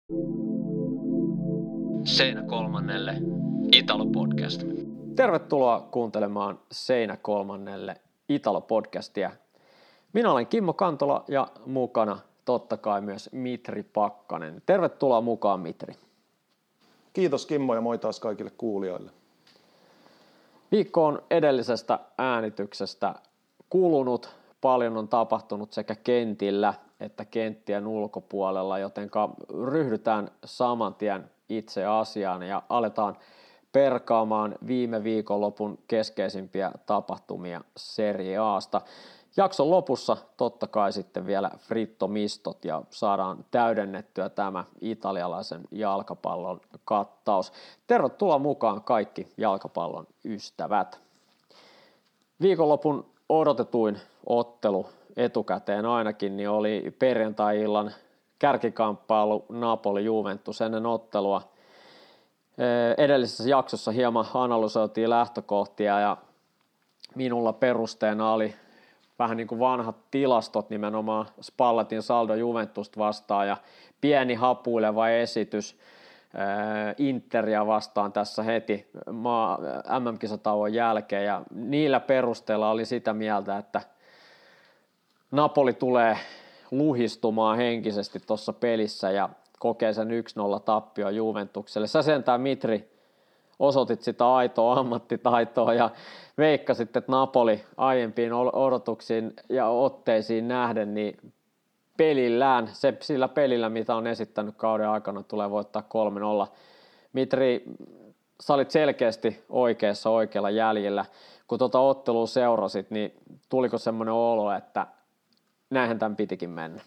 Seinä kolmannelle Italo-podcast. Tervetuloa kuuntelemaan Seinä kolmannelle Italo-podcastia. Minä olen Kimmo Kantola ja mukana totta kai myös Mitri Pakkanen. Tervetuloa mukaan, Mitri. Kiitos Kimmo ja moi taas kaikille kuulijoille. Viikko on edellisestä äänityksestä kulunut. Paljon on tapahtunut sekä kentillä että kenttien ulkopuolella, joten ryhdytään saman tien itse asiaan ja aletaan perkaamaan viime viikonlopun keskeisimpiä tapahtumia Serie A:sta. Jakson lopussa totta kai sitten vielä frittomistot ja saadaan täydennettyä tämä italialaisen jalkapallon kattaus. Tervetuloa mukaan kaikki jalkapallon ystävät. Viikonlopun odotetuin ottelu etukäteen ainakin niin oli perjantai-illan kärkikamppailu Napoli-Juventus ennen ottelua. Edellisessä jaksossa hieman analysoitiin lähtökohtia ja minulla perusteena oli vähän niin kuin vanhat tilastot nimenomaan Spallettin saldo Juventusta vastaan ja pieni hapuileva esitys Interia vastaan tässä heti MM-kisatauon jälkeen ja niillä perusteella oli sitä mieltä, että Napoli tulee luhistumaan henkisesti tuossa pelissä ja kokee sen 1-0 tappio Juventukselle. Sä sentään, Mitri, osoitit sitä aitoa ammattitaitoa ja veikkasit, että Napoli aiempiin odotuksiin ja otteisiin nähden, niin sillä pelillä, mitä on esittänyt kauden aikana, tulee voittaa 3-0. Mitri, sä olit selkeästi oikealla jäljellä. Kun tuota ottelua seurasit, niin tuliko semmoinen olo, että näinhän tämän pitikin mennä?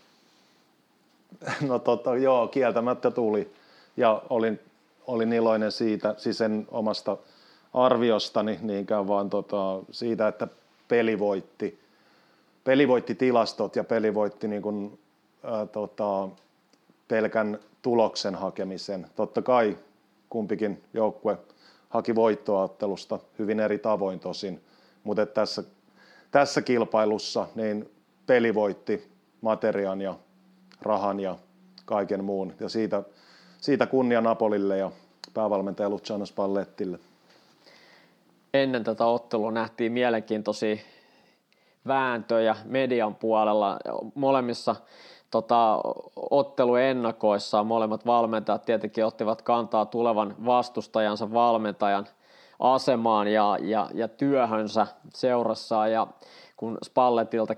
No joo, kieltämättä tuli ja olin iloinen siitä, siis en omasta arviostani niinkään, vaan siitä, että peli voitti tilastot ja peli voitti niin kuin, pelkän tuloksen hakemisen. Totta kai kumpikin joukkue haki voittoa ottelusta hyvin eri tavoin tosin, mutta tässä kilpailussa niin peli voitti materiaan ja rahan ja kaiken muun ja siitä kunnia Napolille ja päävalmentaja Luciano Spallettille. Ennen tätä ottelua nähtiin mielenkiintoisia vääntöjä median puolella. Molemmissa otteluennakoissa molemmat valmentajat tietenkin ottivat kantaa tulevan vastustajansa valmentajan asemaan ja työhönsä seurassaan. Ja kun Spallettilta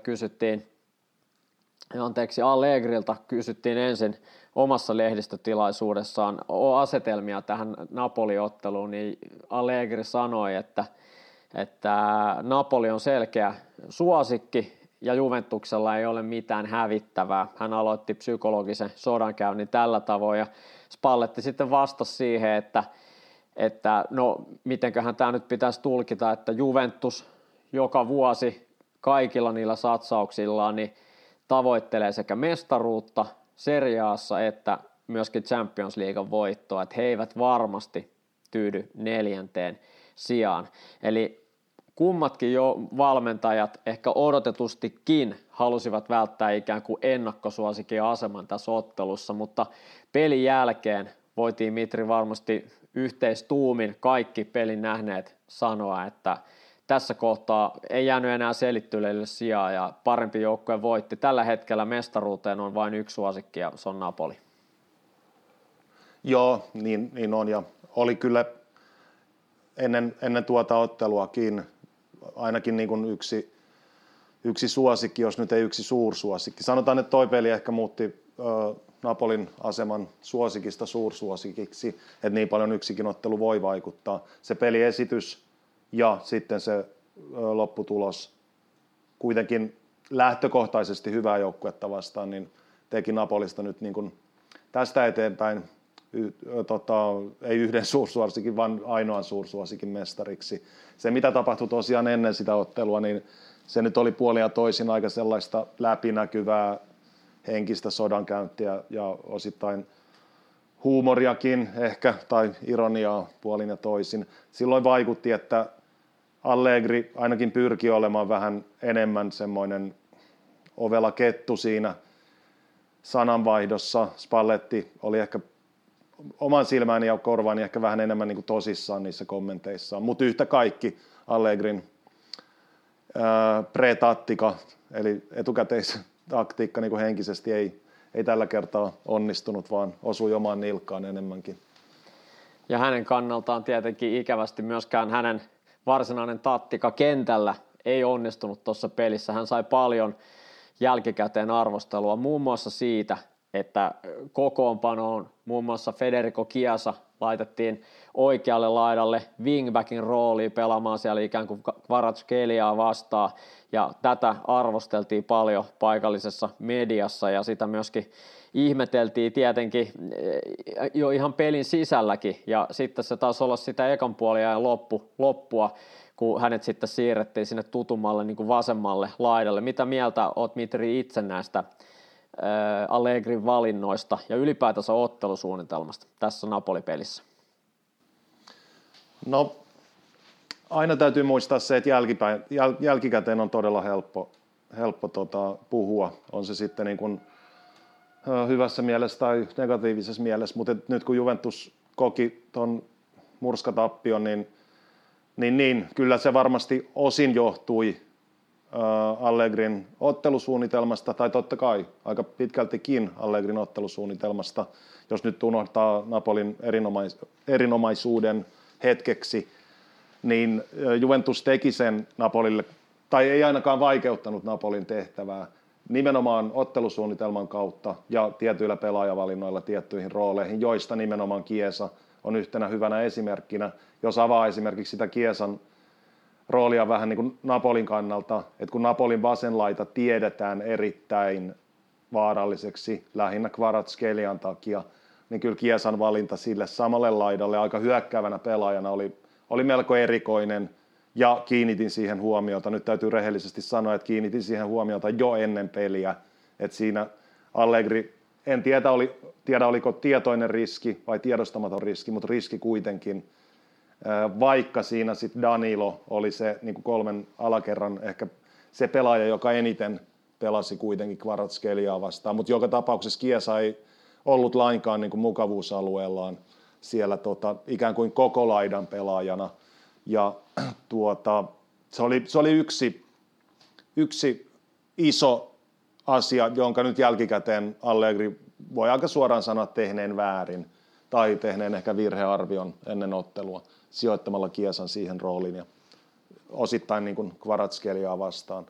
Allegrilta kysyttiin ensin omassa lehdistötilaisuudessaan asetelmia tähän Napoli-otteluun, niin Allegri sanoi, että Napoli on selkeä suosikki ja Juventuksella ei ole mitään hävittävää. Hän aloitti psykologisen sodankäynnin tällä tavoin ja Spalletti sitten vastasi siihen, että no mitenköhän tämä nyt pitäisi tulkita, että Juventus joka vuosi kaikilla niillä satsauksillaan niin tavoittelee sekä mestaruutta Serie A:ssa että myöskin Champions Leaguen voittoa, että he eivät varmasti tyydy 4. sijaan. Eli kummatkin jo valmentajat ehkä odotetustikin halusivat välttää ikään kuin ennakkosuosikin aseman tässä ottelussa, mutta pelin jälkeen voitiin, Mitri, varmasti yhteistuumin kaikki pelin nähneet sanoa, että tässä kohtaa ei jäänyt enää selittelyille sijaa ja parempi joukkue voitti. Tällä hetkellä mestaruuteen on vain yksi suosikki ja se on Napoli. Joo, niin on ja oli kyllä ennen tuota otteluakin ainakin niin kuin yksi suosikki, jos nyt ei yksi suursuosikki. Sanotaan, että toi peli ehkä muutti Napolin aseman suosikista suursuosikiksi, että niin paljon yksikin ottelu voi vaikuttaa. Se peliesitys ja sitten se lopputulos kuitenkin lähtökohtaisesti hyvää joukkuetta vastaan, niin teki Napolista nyt niin kuin tästä eteenpäin ei yhden suursuosikin, vaan ainoan suursuosikin mestariksi. Se, mitä tapahtui tosiaan ennen sitä ottelua, niin se nyt oli puolin ja toisin aika sellaista läpinäkyvää henkistä sodankäyntiä ja osittain huumoriakin ehkä, tai ironiaa puolin ja toisin. Silloin vaikutti, että Allegri ainakin pyrki olemaan vähän enemmän semmoinen ovela kettu siinä sananvaihdossa. Spalletti oli ehkä oman silmäni ja korvaani ehkä vähän enemmän niin kuin tosissaan niissä kommenteissaan, mutta yhtä kaikki Allegrin pre-tattika, eli etukäteistaktiikka niin kuin henkisesti ei tällä kertaa onnistunut, vaan osui omaan nilkkaan enemmänkin. Ja hänen kannaltaan tietenkin ikävästi myöskään hänen varsinainen taktiikka kentällä ei onnistunut tuossa pelissä. Hän sai paljon jälkikäteen arvostelua muun muassa siitä, että kokoonpanoon muun muassa Federico Chiesa laitettiin oikealle laidalle wingbackin rooliin pelaamaan siellä ikään kuin Kvaratskhelia vastaan, ja tätä arvosteltiin paljon paikallisessa mediassa, ja sitä myöskin ihmeteltiin tietenkin jo ihan pelin sisälläkin, ja sitten se taisi olla sitä ekan puoliajan loppua, kun hänet sitten siirrettiin sinne tutummalle niin kuin vasemmalle laidalle. Mitä mieltä olet, Mitri, itse näistä Allegrin valinnoista ja ylipäätänsä ottelusuunnitelmasta tässä Napoli-pelissä? No, aina täytyy muistaa se, että jälkikäteen on todella helppo puhua, on se sitten niin kuin hyvässä mielessä tai negatiivisessa mielessä, mutta nyt kun Juventus koki tuon murskatappion, niin kyllä se varmasti osin johtui Allegrin ottelusuunnitelmasta, tai totta kai aika pitkältikin Allegrin ottelusuunnitelmasta, jos nyt unohtaa Napolin erinomaisuuden hetkeksi, niin Juventus teki sen Napolille, tai ei ainakaan vaikeuttanut Napolin tehtävää, nimenomaan ottelusuunnitelman kautta ja tietyillä pelaajavalinnoilla tiettyihin rooleihin, joista nimenomaan Chiesa on yhtenä hyvänä esimerkkinä, jos avaa esimerkiksi sitä Chiesan roolia vähän niin kuin Napolin kannalta, että kun Napolin vasenlaita tiedetään erittäin vaaralliseksi lähinnä Kvaratskelian takia, niin kyllä Chiesan valinta sille samalle laidalle aika hyökkäävänä pelaajana oli melko erikoinen, ja kiinnitin siihen huomiota. Nyt täytyy rehellisesti sanoa, että kiinnitin siihen huomiota jo ennen peliä, että siinä Allegri, en tiedä oliko tietoinen riski vai tiedostamaton riski, mutta riski kuitenkin, vaikka siinä sitten Danilo oli se niin kuin kolmen alakerran ehkä se pelaaja, joka eniten pelasi kuitenkin Kvaratskheliaa vastaan, mutta joka tapauksessa Chiesa ei ollut lainkaan niin kuin mukavuusalueellaan siellä ikään kuin koko laidan pelaajana, ja se oli yksi iso asia, jonka nyt jälkikäteen Allegri voi aika suoraan sanoa tehneen väärin tai tehneen ehkä virhearvion ennen ottelua sijoittamalla Chiesan siihen rooliin ja osittain niin kuin Kvaratskhelia vastaan.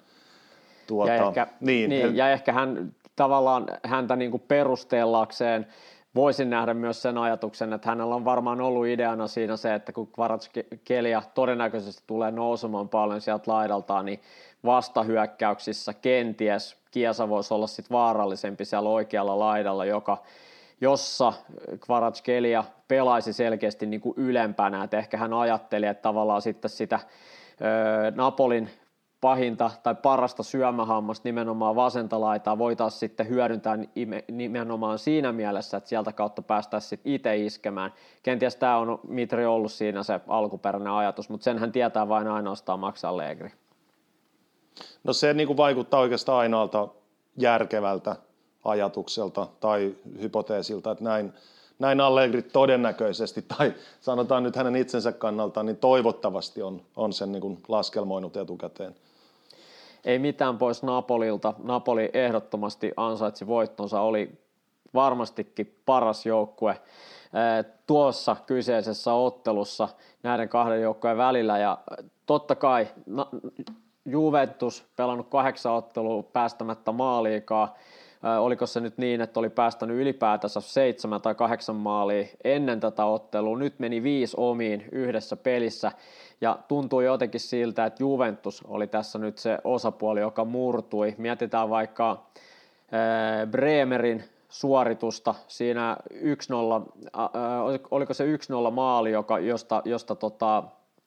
Ja ehkä hän tavallaan häntä niin kuin perusteellakseen voisin nähdä myös sen ajatuksen, että hänellä on varmaan ollut ideana siinä se, että kun Kvaratskhelia todennäköisesti tulee nousemaan paljon sieltä laidaltaan, niin vastahyökkäyksissä kenties Chiesa voisi olla sit vaarallisempi siellä oikealla laidalla, jossa Kvaratskhelia pelaisi selkeästi niin kuin ylempänä, että ehkä hän ajatteli, että tavallaan sitten sitä Napolin pahinta tai parasta syömähammasta nimenomaan vasenta laitaa voitaisiin sitten hyödyntää nimenomaan siinä mielessä, että sieltä kautta päästäisiin sitten itse iskemään. Kenties tämä on, Mitri, ollut siinä se alkuperäinen ajatus, mutta senhän tietää vain ainoastaan Max Allegri. No se niin kuin vaikuttaa oikeastaan ainoalta järkevältä ajatukselta tai hypoteesilta, että näin Allegri todennäköisesti, tai sanotaan nyt hänen itsensä kannalta, niin toivottavasti on sen niin kuin laskelmoinut etukäteen. Ei mitään pois Napolilta. Napoli ehdottomasti ansaitsi voittonsa, oli varmastikin paras joukkue tuossa kyseisessä ottelussa näiden kahden joukkueen välillä, ja totta kai Juventus pelannut 8 ottelua päästämättä maaliikaan. Oliko se nyt niin, että oli päästänyt ylipäätänsä 7 tai 8 maalia ennen tätä ottelua. Nyt meni 5 omiin yhdessä pelissä, ja tuntui jotenkin siltä, että Juventus oli tässä nyt se osapuoli, joka murtui. Mietitään vaikka Bremerin suoritusta siinä 1-0, oliko se 1-0 maali, josta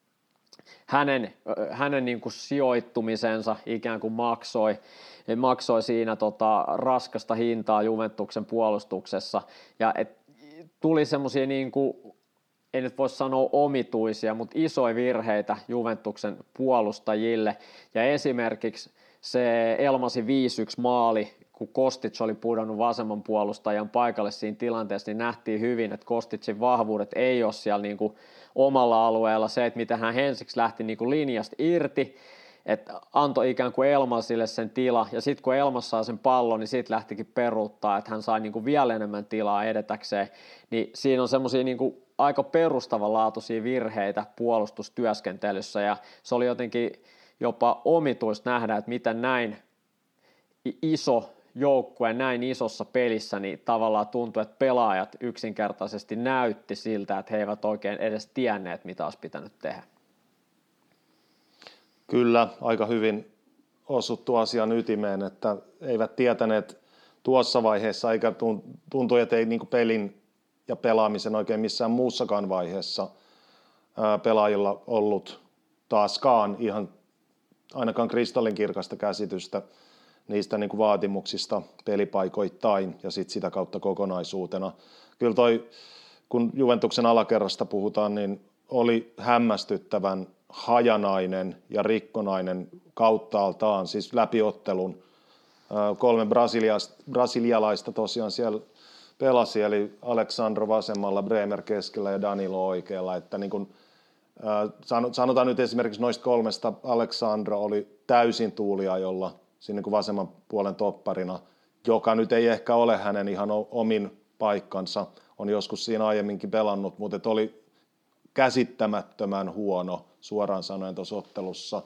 hänen niin kuin sijoittumisensa ikään kuin maksoi siinä raskasta hintaa Juventuksen puolustuksessa, ja tuli semmoisia, niin kuin, ei nyt voi sanoa omituisia, mutta isoja virheitä Juventuksen puolustajille, ja esimerkiksi se Elmasin 5-1 maali kun Kostic oli pudonnut vasemman puolustajan paikalle siinä tilanteessa, niin nähtiin hyvin, että Kosticin vahvuudet ei ole siellä niin kuin omalla alueella. Se, että miten hän ensiksi lähti niin kuin linjasta irti, että antoi ikään kuin Elmasille sen tila, ja sitten kun Elmas saa sen pallon, niin siitä lähtikin peruuttaa, että hän sai niin kuin vielä enemmän tilaa edetäkseen, niin siinä on semmoisia niin kuin aika perustavanlaatuisia virheitä puolustustyöskentelyssä, ja se oli jotenkin jopa omituista nähdä, että miten näin iso joukkue näin isossa pelissä, niin tavallaan tuntui, että pelaajat yksinkertaisesti näytti siltä, että he eivät oikein edes tienneet, mitä olisi pitänyt tehdä. Kyllä, aika hyvin osuttu asian ytimeen, että eivät tietäneet tuossa vaiheessa, eikä tuntui, että ei niin kuin pelin ja pelaamisen oikein missään muussakaan vaiheessa pelaajilla ollut taaskaan ihan ainakaan kristallinkirkasta käsitystä niistä niin kuin vaatimuksista pelipaikoittain ja sit sitä kautta kokonaisuutena. Kyllä toi, kun Juventuksen alakerrasta puhutaan, niin oli hämmästyttävän hajanainen ja rikkonainen kauttaaltaan, siis läpi ottelun. 3 brasilialaista tosiaan siellä pelasi, eli Alexandro vasemmalla, Bremer keskellä ja Danilo oikealla. Että niin kuin, sanotaan nyt esimerkiksi noista 3 Alexandro oli täysin tuuliajolla sinne kuin vasemman puolen topparina, joka nyt ei ehkä ole hänen ihan omin paikkansa, on joskus siinä aiemminkin pelannut, mutta oli käsittämättömän huono suoraan sanoen tuossa ottelussa.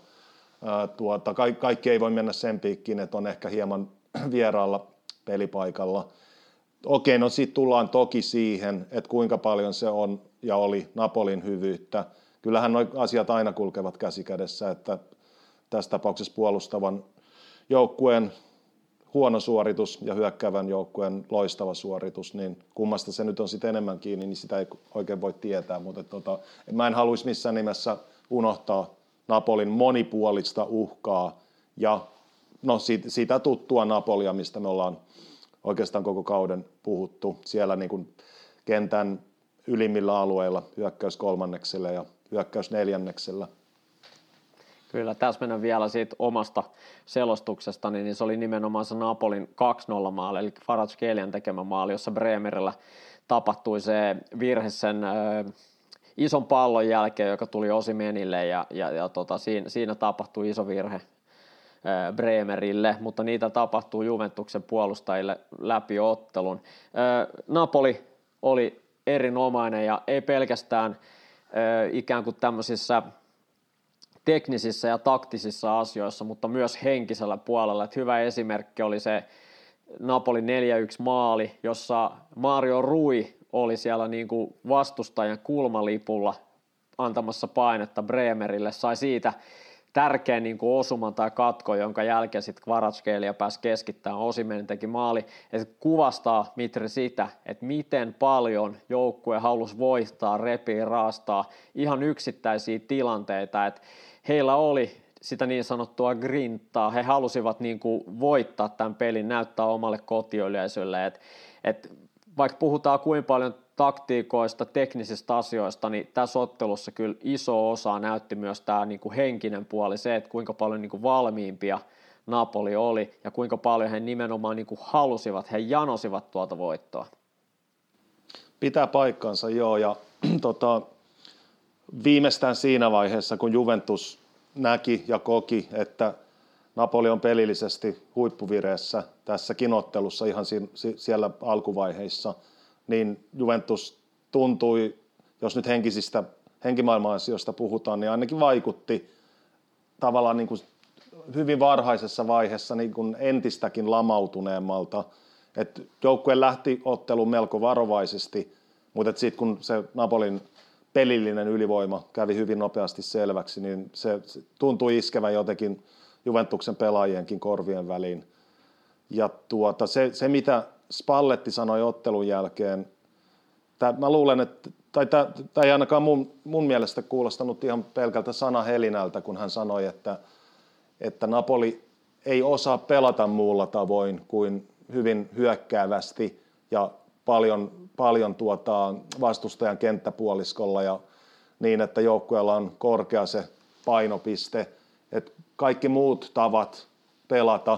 Kaikki ei voi mennä sen piikkiin, että on ehkä hieman vieraalla pelipaikalla. Okei, no sitten tullaan toki siihen, että kuinka paljon se on ja oli Napolin hyvyyttä. Kyllähän nuo asiat aina kulkevat käsi kädessä, että tässä tapauksessa puolustavan joukkueen huono suoritus ja hyökkäävän joukkueen loistava suoritus, niin kummasta se nyt on sitten enemmän kiinni, niin sitä ei oikein voi tietää, mutta mä en haluaisi missään nimessä unohtaa Napolin monipuolista uhkaa ja no sitä tuttua Napolia, mistä me ollaan oikeastaan koko kauden puhuttu siellä niin kuin kentän ylimmillä alueilla hyökkäys 3. ja hyökkäys 4. Kyllä, tässä mennään vielä siitä omasta selostuksesta, niin se oli nimenomaan se Napolin 2-0 maali, eli Kvaratskhelian tekemä maali, jossa Bremerillä tapahtui se virhe sen ison pallon jälkeen, joka tuli Osimhenille, ja siinä tapahtui iso virhe Bremerille, mutta niitä tapahtuu Juventuksen puolustajille läpi ottelun. Napoli oli erinomainen, ja ei pelkästään ikään kuin tämmöisissä teknisissä ja taktisissa asioissa, mutta myös henkisellä puolella. Että hyvä esimerkki oli se Napolin 4-1 maali, jossa Mario Rui oli siellä niin kuin vastustajan kulmalipulla antamassa painetta Bremerille, sai siitä tärkeän niin kuin osuman tai katkon, jonka jälkeen sitten Kvaratskhelia pääsi keskittämään. Osimhen teki maali, että kuvastaa Mitri sitä, että miten paljon joukkue halusi voittaa, repiä, raastaa ihan yksittäisiä tilanteita, että heillä oli sitä niin sanottua grinttaa, he halusivat niin kuin voittaa tämän pelin, näyttää omalle kotiyleisölle, että vaikka puhutaan kuinka paljon taktiikoista, teknisistä asioista, niin tässä ottelussa kyllä iso osa näytti myös tämä niin kuin henkinen puoli, se, että kuinka paljon niin kuin valmiimpia Napoli oli ja kuinka paljon he nimenomaan niin kuin halusivat, he janosivat tuota voittoa. Pitää paikkansa, joo, ja viimeistään siinä vaiheessa, kun Juventus näki ja koki, että Napoli on pelillisesti huippuvireessä tässäkin ottelussa ihan siellä alkuvaiheissa, niin Juventus tuntui, jos nyt henkimaailman asioista puhutaan, niin ainakin vaikutti tavallaan niin kuin hyvin varhaisessa vaiheessa niin kuin entistäkin lamautuneemmalta. Et joukkue lähti otteluun melko varovaisesti, mutta sitten kun se Napolin pelillinen ylivoima kävi hyvin nopeasti selväksi, niin se tuntui iskevän jotenkin Juventuksen pelaajienkin korvien väliin. Ja se mitä Spalletti sanoi ottelun jälkeen, mä luulen, että tämä ei ainakaan mun mielestä kuulostanut ihan pelkältä sanahelinältä, kun hän sanoi, että Napoli ei osaa pelata muulla tavoin kuin hyvin hyökkäävästi ja paljon vastustajan kenttäpuoliskolla ja niin, että joukkueella on korkea se painopiste, että kaikki muut tavat pelata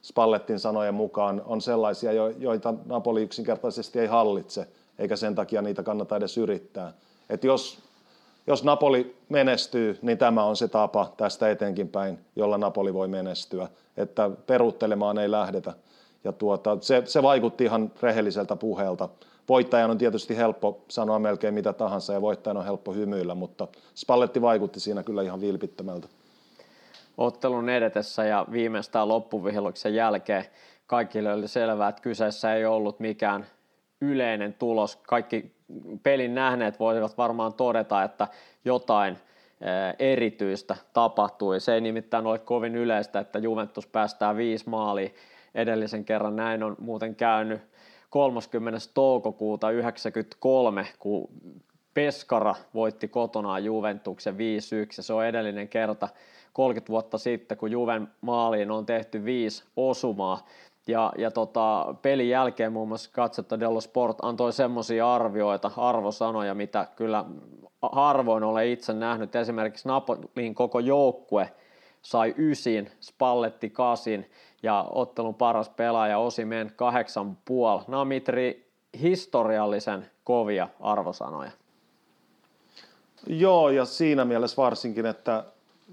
Spallettin sanojen mukaan on sellaisia, joita Napoli yksinkertaisesti ei hallitse, eikä sen takia niitä kannata edes yrittää. Et jos Napoli menestyy, niin tämä on se tapa tästä etenkin päin, jolla Napoli voi menestyä, että peruuttelemaan ei lähdetä. Ja se vaikutti ihan rehelliseltä puheelta. Voittajan on tietysti helppo sanoa melkein mitä tahansa ja voittajan on helppo hymyillä, mutta Spalletti vaikutti siinä kyllä ihan vilpittömältä. Ottelun edetessä ja viimeistään loppuvihellyksen jälkeen kaikille oli selvää, että kyseessä ei ollut mikään yleinen tulos. Kaikki pelin nähneet voivat varmaan todeta, että jotain erityistä tapahtui. Se ei nimittäin ole kovin yleistä, että Juventus päästää 5 maalia. Edellisen kerran näin on muuten käynyt 30. toukokuuta 1993, kun Pescara voitti kotonaan Juventuksen 5-1. Se on edellinen kerta 30 vuotta sitten, kun Juven maaliin on tehty 5 osumaa. Ja pelin jälkeen muun muassa Gazzetta dello Sport antoi semmoisia arvosanoja, mitä kyllä harvoin olen itse nähnyt. Esimerkiksi Napolin koko joukkue sai 9, Spalletti 8 ja ottelun paras pelaaja Osimhen 8,5. Nämä on, Mitri, historiallisen kovia arvosanoja. Joo, ja siinä mielessä varsinkin, että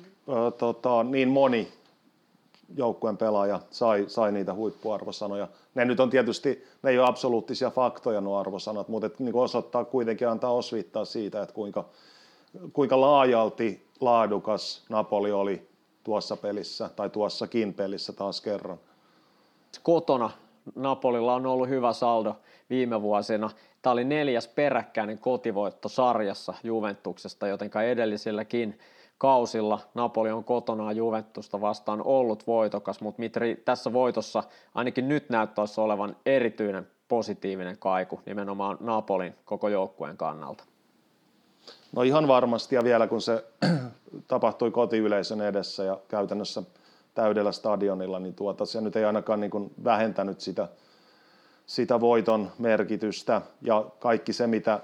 niin moni joukkueen pelaaja sai niitä huippuarvosanoja. Ne nyt on tietysti, ne ei ole absoluuttisia faktoja nuo arvosanat, mutta niin osoittaa kuitenkin, antaa osviittaa siitä, että kuinka laajalti laadukas Napoli oli tuossa pelissä tai tuossakin pelissä taas kerran. Kotona Napolilla on ollut hyvä saldo viime vuosina. Tämä oli 4. peräkkäinen kotivoitto sarjassa Juventuksesta, jotenka edellisilläkin kausilla Napoli on kotonaan Juventusta vastaan ollut voitokas, mutta Mitri, tässä voitossa ainakin nyt näyttäisi olevan erityinen positiivinen kaiku nimenomaan Napolin koko joukkueen kannalta. No ihan varmasti, ja vielä kun se tapahtui kotiyleisön edessä ja käytännössä täydellä stadionilla, niin se nyt ei ainakaan niin kuin vähentänyt sitä voiton merkitystä, ja kaikki se, mitä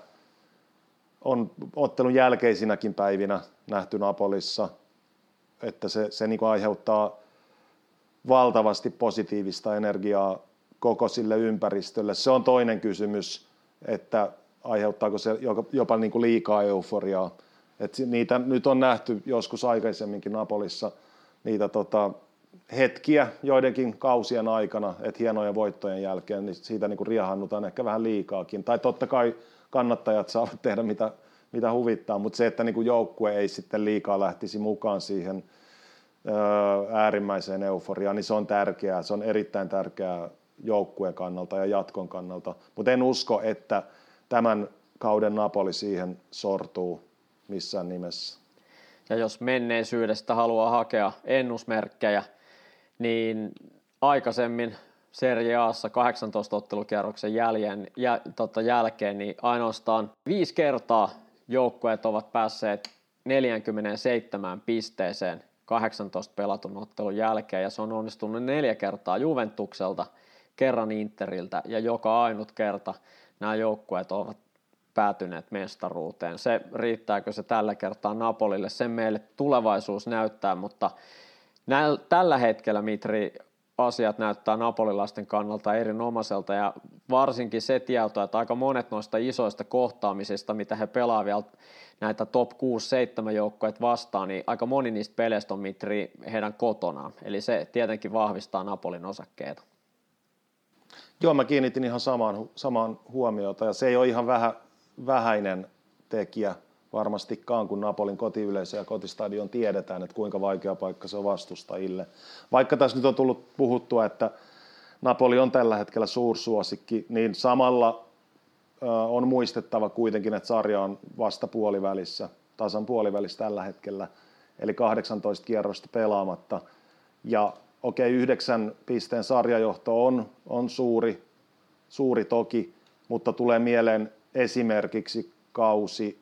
on ottelun jälkeisinäkin päivinä nähty Napolissa, että se niin kuin aiheuttaa valtavasti positiivista energiaa koko sille ympäristölle. Se on toinen kysymys, että aiheuttaako se jopa niin kuin liikaa euforiaa. Että niitä nyt on nähty joskus aikaisemminkin Napolissa, niitä hetkiä joidenkin kausien aikana, että hienojen voittojen jälkeen, niin siitä niin kuin riehannutaan ehkä vähän liikaakin. Tai totta kai kannattajat saavat tehdä mitä huvittaa, mutta se, että niin kuin joukkue ei sitten liikaa lähtisi mukaan siihen äärimmäiseen euforiaan, niin se on tärkeää. Se on erittäin tärkeää joukkueen kannalta ja jatkon kannalta. Mutta en usko, että tämän kauden Napoli siihen sortuu missään nimessä. Ja jos menneisyydestä haluaa hakea ennusmerkkejä, niin aikaisemmin Serie A:ssa 18 ottelukierroksen jälkeen niin ainoastaan 5 kertaa joukkueet ovat päässeet 47 pisteeseen 18 pelatun ottelun jälkeen, ja se on onnistunut 4 kertaa Juventukselta, kerran Interiltä, ja joka ainut kerta nämä joukkueet ovat päätyneet mestaruuteen. Se riittääkö se tällä kertaa Napolille, sen meille tulevaisuus näyttää, mutta tällä hetkellä, Mitri, asiat näyttää napolilaisten kannalta erinomaiselta, ja varsinkin se tieto, että aika monet noista isoista kohtaamisista, mitä he pelaa vielä näitä top 6-7 joukkoja vastaan, niin aika moni niistä peleistä on, Mitri, heidän kotonaan. Eli se tietenkin vahvistaa Napolin osakkeita. Joo, mä kiinnitin ihan samaan huomiota, ja se ei ole ihan vähäinen tekijä varmastikaan, kun Napolin kotiyleisö ja kotistadion tiedetään, että kuinka vaikea paikka se on vastustajille. Vaikka tässä nyt on tullut puhuttua, että Napoli on tällä hetkellä suursuosikki, niin samalla on muistettava kuitenkin, että sarja on vasta puolivälissä, tasan puolivälissä tällä hetkellä, eli 18 kierrosta pelaamatta. Ja 9 pisteen sarjajohto on suuri toki, mutta tulee mieleen esimerkiksi kausi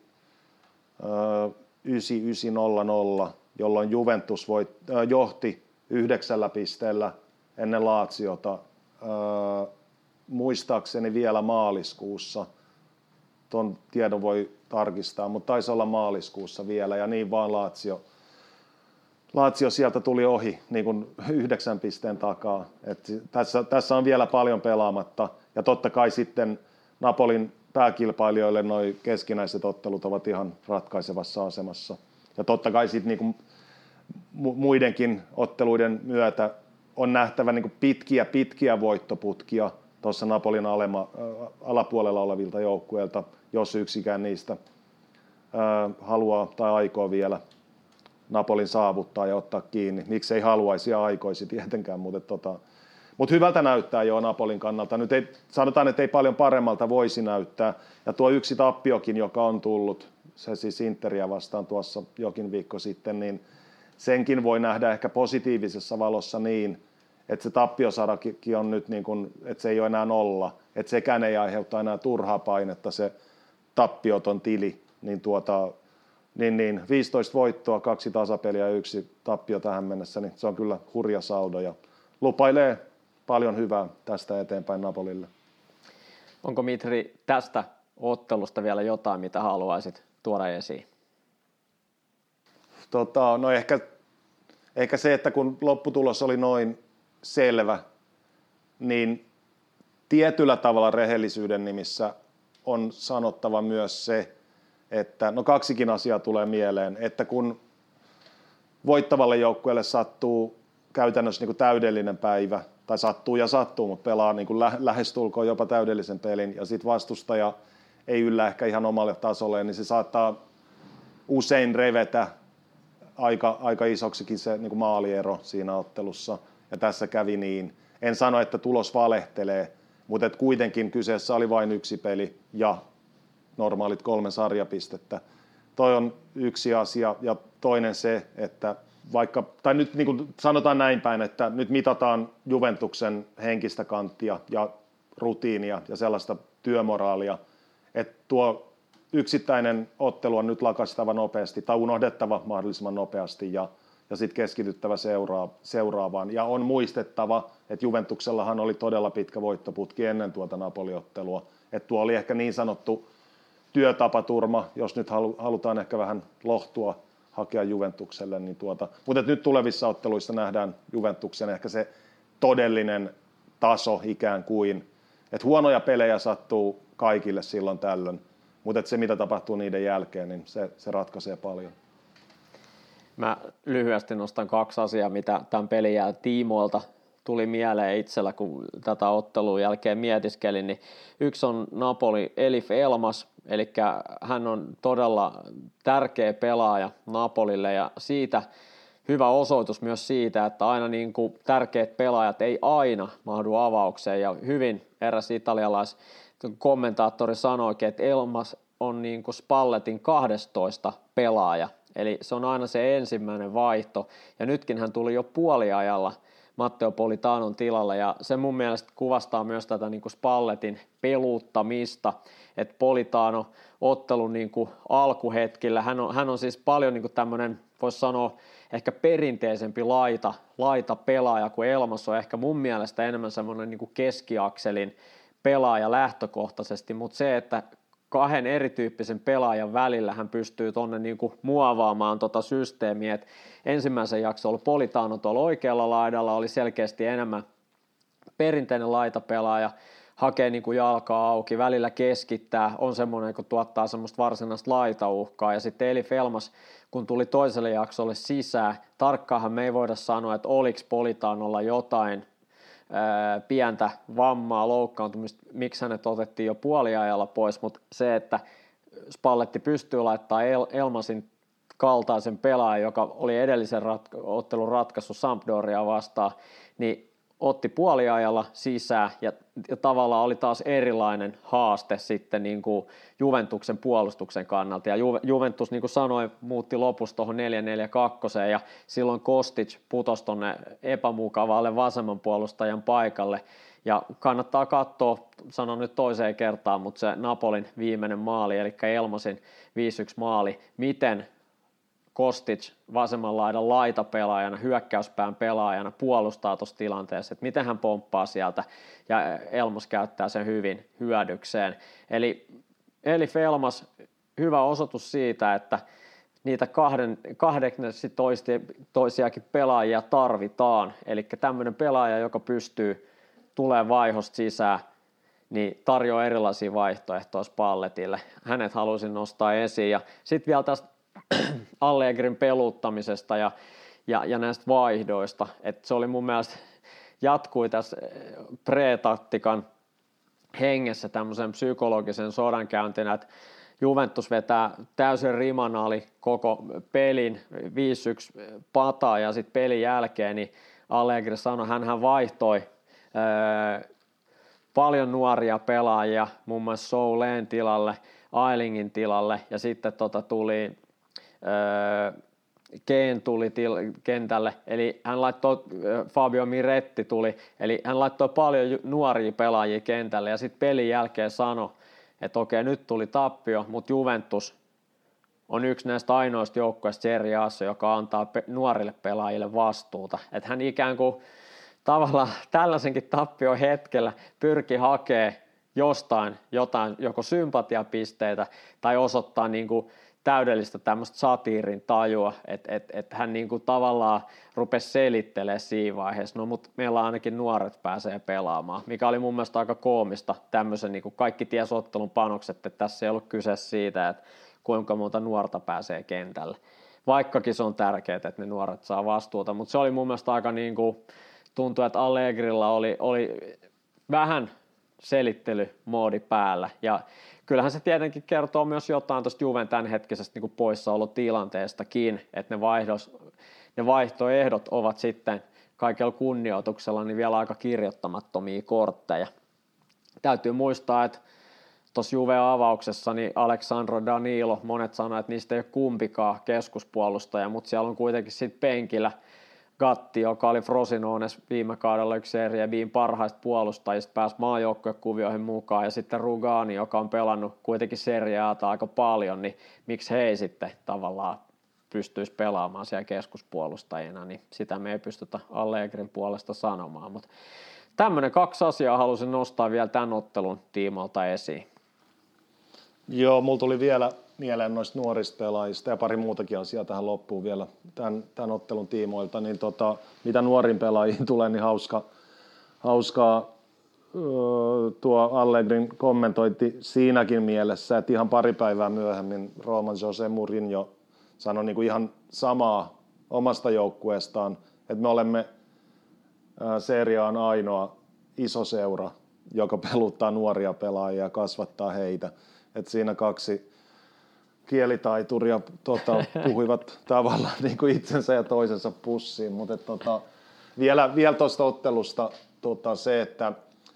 9900, jolloin Juventus johti 9 pisteellä ennen Laziota, muistaakseni vielä maaliskuussa. Tuon tiedon voi tarkistaa, mutta taisi olla maaliskuussa vielä, ja niin vaan Lazio sieltä tuli ohi niin kuin 9 pisteen takaa. Tässä on vielä paljon pelaamatta ja totta kai sitten Napolin pääkilpailijoille noi keskinäiset ottelut ovat ihan ratkaisevassa asemassa. Ja totta kai sitten niin kuin muidenkin otteluiden myötä on nähtävä niin kuin pitkiä voittoputkia tuossa Napolin alapuolella olevilta joukkueilta, jos yksikään niistä haluaa tai aikoo vielä Napolin saavuttaa ja ottaa kiinni. Miksi ei haluaisi ja aikoisi tietenkään, mutta hyvältä näyttää jo Napolin kannalta. Nyt sanotaan, että ei paljon paremmalta voisi näyttää. Ja tuo yksi tappiokin, joka on tullut, se siis Interiä vastaan tuossa jokin viikko sitten, niin senkin voi nähdä ehkä positiivisessa valossa niin, että se tappiosarakin on nyt, niin kuin, että se ei ole enää 0, että sekään ei aiheuta enää turhaa painetta se tappioton tili, niin 15 voittoa, 2 tasapeliä ja 1 tappio tähän mennessä, niin se on kyllä hurja saldo ja lupailee paljon hyvää tästä eteenpäin Napolille. Onko Mitri tästä ottelusta vielä jotain, mitä haluaisit tuoda esiin? No ehkä se, että kun lopputulos oli noin selvä, niin tietyllä tavalla rehellisyyden nimissä on sanottava myös se, että kaksikin asiaa tulee mieleen, että kun voittavalle joukkueelle sattuu käytännössä niin kuin täydellinen päivä, tai sattuu, mutta pelaa niin kuin lähestulkoon jopa täydellisen pelin, ja sitten vastustaja ei yllä ehkä ihan omalle tasolle, niin se saattaa usein revetä aika isoksikin se niin kuin maaliero siinä ottelussa, ja tässä kävi niin. En sano, että tulos valehtelee, mutta et kuitenkin kyseessä oli vain 1 peli, ja normaalit 3 sarjapistettä. Toi on yksi asia, ja toinen se, että tai nyt niin kuin sanotaan näin päin, että nyt mitataan Juventuksen henkistä kanttia ja rutiinia ja sellaista työmoraalia, että tuo yksittäinen ottelu on nyt lakastava nopeasti tai unohdettava mahdollisimman nopeasti ja sitten keskityttävä seuraavaan. Ja on muistettava, että Juventuksellahan oli todella pitkä voittoputki ennen tuota Napoli-ottelua, että tuo oli ehkä niin sanottu työtapaturma, jos nyt halutaan ehkä vähän lohtua hakea Juventukselle, mutta nyt tulevissa otteluissa nähdään Juventuksen ehkä se todellinen taso ikään kuin, että huonoja pelejä sattuu kaikille silloin tällöin, mutta se mitä tapahtuu niiden jälkeen, niin se ratkaisee paljon. Mä lyhyesti nostan 2 asiaa, mitä tämän pelin tiimoilta tuli mieleen itsellä, kun tätä ottelun jälkeen mietiskelin, niin yksi on Napoli Elif Elmas, eli hän on todella tärkeä pelaaja Napolille ja siitä hyvä osoitus myös siitä, että aina niin kuin tärkeät pelaajat ei aina mahdu avaukseen ja hyvin eräs italialaiskommentaattori sanoikin, että Elmas on niin kuin Spalletin 12 pelaaja, eli se on aina se ensimmäinen vaihto ja nytkin hän tuli jo puoliajalla Matteo Politanon tilalle ja se mun mielestä kuvastaa myös tätä niin kuin Spalletin peluuttamista, että Politano ottelun niin kuin alkuhetkillä, hän on siis paljon niin kuin tämmöinen, voisi sanoa ehkä perinteisempi laita pelaaja kuin Elmas on ehkä mun mielestä enemmän semmoinen niin kuin keskiakselin pelaaja lähtökohtaisesti, mutta se, että 2 erityyppisen pelaajan välillä hän pystyy tuonne niinku muovaamaan tota systeemiä. Et ensimmäisen jakson oli Politano tuolla oikealla laidalla, oli selkeästi enemmän perinteinen laitapelaaja, hakee niinku jalkaa auki, välillä keskittää, on semmoinen, kun tuottaa semmoista varsinaista laitauhkaa. Ja sitten Elif Elmas, kun tuli toiselle jaksolle sisään, tarkkaanhan me ei voida sanoa, että oliko Politanolla jotain pientä vammaa, loukkaantumista, miksi hänet otettiin jo puoliajalla pois, mutta se, että Spalletti pystyy laittamaan Elmasin kaltaisen pelaajan, joka oli edellisen ottelun ratkaisu Sampdoria vastaan, niin otti puoliajalla sisään ja tavallaan oli taas erilainen haaste sitten niin kuin Juventuksen puolustuksen kannalta. Ja Juventus, niin kuin sanoin, muutti lopussa tuohon 4-4-2 ja silloin Kostic putosi tuonne epämukavalle vasemman puolustajan paikalle. Ja kannattaa katsoa, sanon nyt toiseen kertaan, mutta se Napolin viimeinen maali, eli Elmasin 5-1 maali, miten Kostic vasemman laidan laitapelaajana, hyökkäyspään pelaajana puolustaa tuossa tilanteessa, että miten hän pomppaa sieltä ja Elmas käyttää sen hyvin hyödykseen. Eli Elif Elmas, hyvä osoitus siitä, että niitä 12 pelaajia tarvitaan. Eli tämmöinen pelaaja, joka pystyy tulemaan vaihosta sisään, niin tarjoaa erilaisia vaihtoehtoja palletille. Hänet halusin nostaa esiin. Ja sitten vielä tästä Allegrin peluuttamisesta ja näistä vaihdoista. Et se oli mun mielestä, jatkui tässä pre-taktikan hengessä tämmöisen psykologisen sodankäyntinä, että Juventus vetää täysin rimanali koko pelin 5-1 pataa ja sitten pelin jälkeen niin Allegri sanoi, hän vaihtoi paljon nuoria pelaajia, muun muassa Soulen tilalle, Ailingin tilalle ja sitten tuli Kane tuli kentälle, eli hän laittoi, Fabio Miretti tuli, eli hän laittoi paljon nuoria pelaajia kentälle ja sitten pelin jälkeen sanoi, että okei, nyt tuli tappio, mutta Juventus on yksi näistä ainoista joukkueista Serie A:ssa, joka antaa nuorille pelaajille vastuuta. Että hän ikään kuin tavallaan tällaisenkin tappion hetkellä pyrki hakemaan jostain jotain, joko sympatiapisteitä tai osoittaa niin kuin täydellistä tämmöistä satiirin tajua, että hän niin kuin tavallaan rupesi selittelemään siinä vaiheessa, no mutta meillä ainakin nuoret pääsee pelaamaan, mikä oli mun mielestä aika koomista tämmöisen, niin kuin kaikki ties ottelun panokset, että tässä ei ollut kyse siitä, että kuinka monta nuorta pääsee kentälle, vaikkakin se on tärkeää, että ne nuoret saa vastuuta, mutta se oli mun mielestä aika niin kuin, tuntui, että Allegrilla oli vähän selittelymoodi päällä ja kyllähän se tietenkin kertoo myös jotain tuosta Juven tämänhetkisestä niin kuin poissaolotilanteestakin, että ne vaihtoehdot ovat sitten kaikella kunnioituksella niin vielä aika kirjoittamattomia kortteja. Täytyy muistaa, että tuossa Juve-avauksessa niin Alexandro Danilo, monet sanoivat, että niistä ei ole kumpikaan keskuspuolustaja, mutta siellä on kuitenkin sitten penkillä Gatti, joka oli Frosinones viime kaudella yksi Serie B:n parhaista puolustajista, pääsi maajoukkuekuvioihin mukaan, ja sitten Rugani, joka on pelannut kuitenkin Serie A:ta aika paljon, niin miksi he ei sitten tavallaan pystyisi pelaamaan siellä keskuspuolustajina, niin sitä me ei pystytä Allegrin puolesta sanomaan, mutta tämmöinen 2 asiaa halusin nostaa vielä tämän ottelun tiimoilta esiin. Joo, mulla tuli vielä mieleen noista nuorista pelaajista ja pari muutakin asiaa tähän loppuun vielä tämän ottelun tiimoilta, niin mitä nuorin pelaajiin tulee, niin hauskaa tuo Allegrin kommentointi siinäkin mielessä, että ihan pari päivää myöhemmin Rooman Jose Mourinho sanoi niin kuin ihan samaa omasta joukkueestaan, että me olemme Serie A:n ainoa iso seura, joka peluttaa nuoria pelaajia ja kasvattaa heitä. Et siinä 2 kielitaituria puhuivat tavallaan niin kuin itsensä ja toisensa pussiin, mutta vielä tuosta ottelusta se, että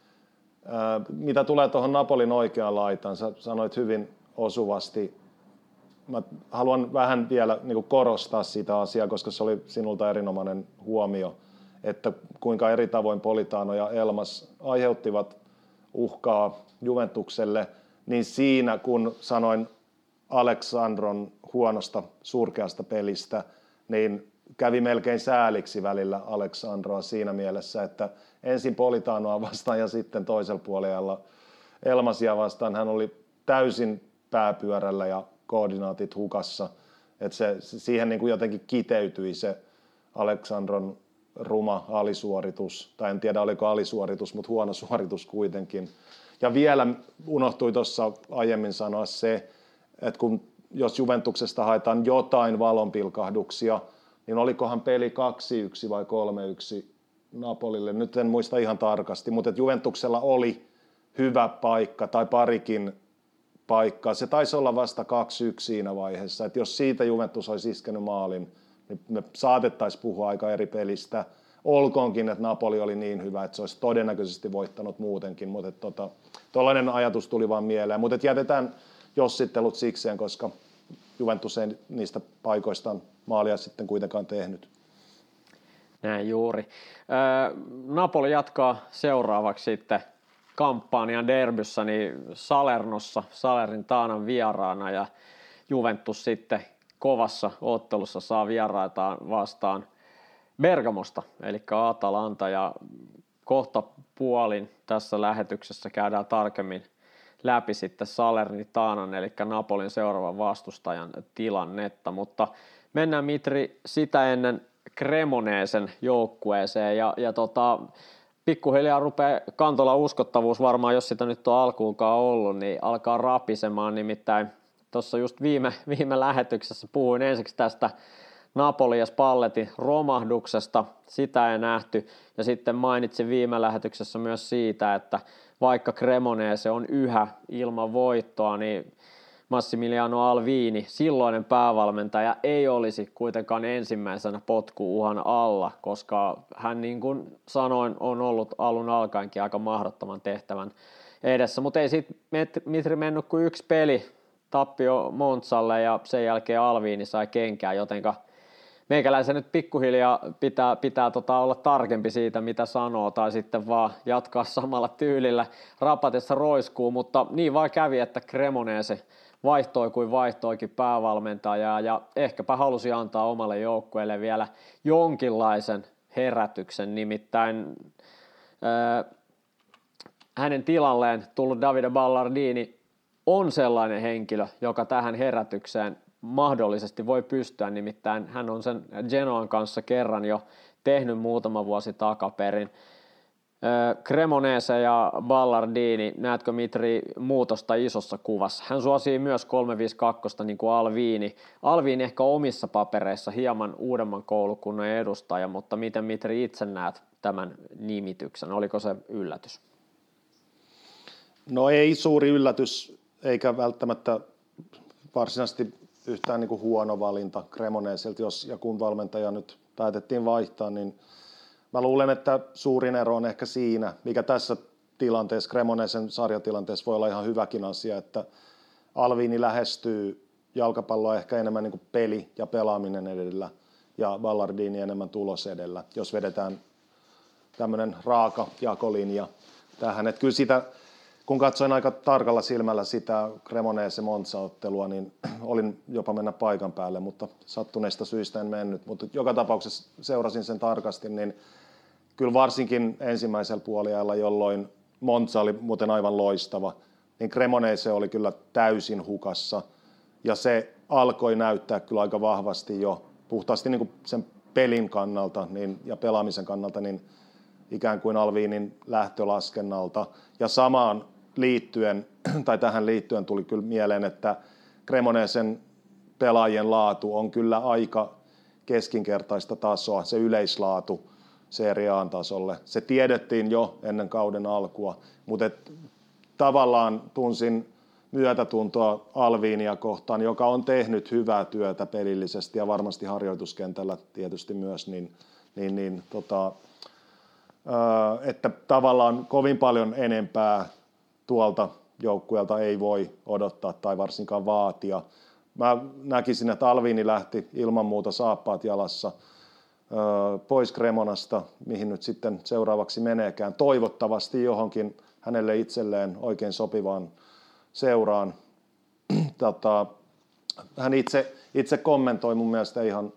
mitä tulee tuohon Napolin oikeaan laitaan, sä sanoit hyvin osuvasti. Mä haluan vähän vielä niin kuin korostaa sitä asiaa, koska se oli sinulta erinomainen huomio, että kuinka eri tavoin Politano ja Elmas aiheuttivat uhkaa Juventukselle, niin siinä kun sanoin Alexandron huonosta surkeasta pelistä, niin kävi melkein sääliksi välillä Alexandroa siinä mielessä, että ensin Politanoa vastaan ja sitten toisella puolella Elmasia vastaan hän oli täysin pääpyörällä ja koordinaatit hukassa, että se siihen niin kuin jotenkin kiteytyi se Alexandron ruma alisuoritus, tai en tiedä oliko alisuoritus, mutta huono suoritus kuitenkin. Ja vielä unohtui tuossa aiemmin sanoa se, että jos Juventuksesta haetaan jotain valonpilkahduksia, niin olikohan peli 2-1 vai 3-1 Napolille, nyt en muista ihan tarkasti, mutta että Juventuksella oli hyvä paikka tai parikin paikkaa. Se taisi olla vasta 2-1 siinä vaiheessa, että jos siitä Juventus olisi iskenyt maalin, niin me saatettaisiin puhua aika eri pelistä. Olkoonkin, että Napoli oli niin hyvä, että se olisi todennäköisesti voittanut muutenkin, mutta tuollainen ajatus tuli vaan mieleen. Mutta jätetään jossittelut sikseen, koska Juventus ei niistä paikoistaan maalia sitten kuitenkaan tehnyt. Näin juuri. Napoli jatkaa seuraavaksi sitten kampanjan derbyssä niin Salernossa, Salerin Taanan vieraana, ja Juventus sitten kovassa ottelussa saa vieraitaan vastaan Bergamosta, eli Atalanta, ja kohta puolin tässä lähetyksessä käydään läpi sitten Salernitanan, eli Napolin seuraavan vastustajan tilannetta, mutta mennään Mitri sitä ennen Cremonesen joukkueeseen ja pikkuhiljaa rupeaa Kantolan uskottavuus varmaan, jos sitä nyt on alkuunkaan ollut, niin alkaa rapisemaan, nimittäin tuossa just viime lähetyksessä puhuin ensiksi tästä Napoli ja Spalletin romahduksesta, sitä ei nähty, ja sitten mainitsin viime lähetyksessä myös siitä, että vaikka Cremonese on yhä ilman voittoa, niin Massimiliano Alvini, silloinen päävalmentaja, ei olisi kuitenkaan ensimmäisenä potku-uhan alla, koska hän, niin kuin sanoin, on ollut alun alkaenkin aika mahdottoman tehtävän edessä, mutta ei siitä Mitri mennyt kuin yksi peli, tappio Monzalle ja sen jälkeen Alvini sai kenkää, jotenka meikäläisen nyt pikkuhiljaa pitää olla tarkempi siitä, mitä sanoo, tai sitten vaan jatkaa samalla tyylillä rapatessa roiskuu, mutta niin vaan kävi, että Cremonese vaihtoi kuin vaihtoikin päävalmentajaa, ja ehkäpä halusi antaa omalle joukkueelle vielä jonkinlaisen herätyksen, nimittäin hänen tilalleen tullut Davide Ballardini on sellainen henkilö, joka tähän herätykseen mahdollisesti voi pystyä, nimittäin hän on sen Genoan kanssa kerran jo tehnyt muutama vuosi takaperin. Cremonese ja Ballardini, näetkö Mitri muutosta isossa kuvassa? Hän suosii myös 352 niin kuin Alvini. Alvini ehkä omissa papereissa hieman uudemman koulukunnan edustaja, mutta miten Mitri itse näet tämän nimityksen? Oliko se yllätys? No ei suuri yllätys, eikä välttämättä varsinaisesti yhtään niin kuin huono valinta Cremoneselta, jos ja kun valmentaja nyt päätettiin vaihtaa, niin mä luulen, että suurin ero on ehkä siinä, mikä tässä tilanteessa, Cremonesen sarjatilanteessa voi olla ihan hyväkin asia, että Alvini lähestyy jalkapalloa ehkä enemmän niin kuin peli ja pelaaminen edellä ja Ballardini enemmän tulos edellä, jos vedetään tämmöinen raaka jakolinja tähän. Että kyllä sitä, kun katsoin aika tarkalla silmällä sitä Cremonese Monza-ottelua, niin olin jopa mennä paikan päälle, mutta sattuneista syistä en mennyt. Mutta joka tapauksessa seurasin sen tarkasti, niin kyllä varsinkin ensimmäisellä puoliajalla, jolloin Monza oli muuten aivan loistava, niin Cremonese oli kyllä täysin hukassa. Ja se alkoi näyttää kyllä aika vahvasti jo puhtaasti niin kuin sen pelin kannalta ja pelaamisen kannalta, niin ikään kuin Alvinin lähtölaskennalta. Ja samaan liittyen, tai tähän liittyen tuli kyllä mieleen, että Cremonesen pelaajien laatu on kyllä aika keskinkertaista tasoa, se yleislaatu Serie A:n tasolle. Se tiedettiin jo ennen kauden alkua, mutta tavallaan tunsin myötätuntoa Alvinia kohtaan, joka on tehnyt hyvää työtä pelillisesti ja varmasti harjoituskentällä tietysti myös, että tavallaan kovin paljon enempää tuolta joukkueelta ei voi odottaa tai varsinkaan vaatia. Mä näkisin, että Alvini lähti ilman muuta saappaat jalassa pois Cremonasta, mihin nyt sitten seuraavaksi meneekään. Toivottavasti johonkin hänelle itselleen oikein sopivaan seuraan. Hän itse kommentoi mun mielestä ihan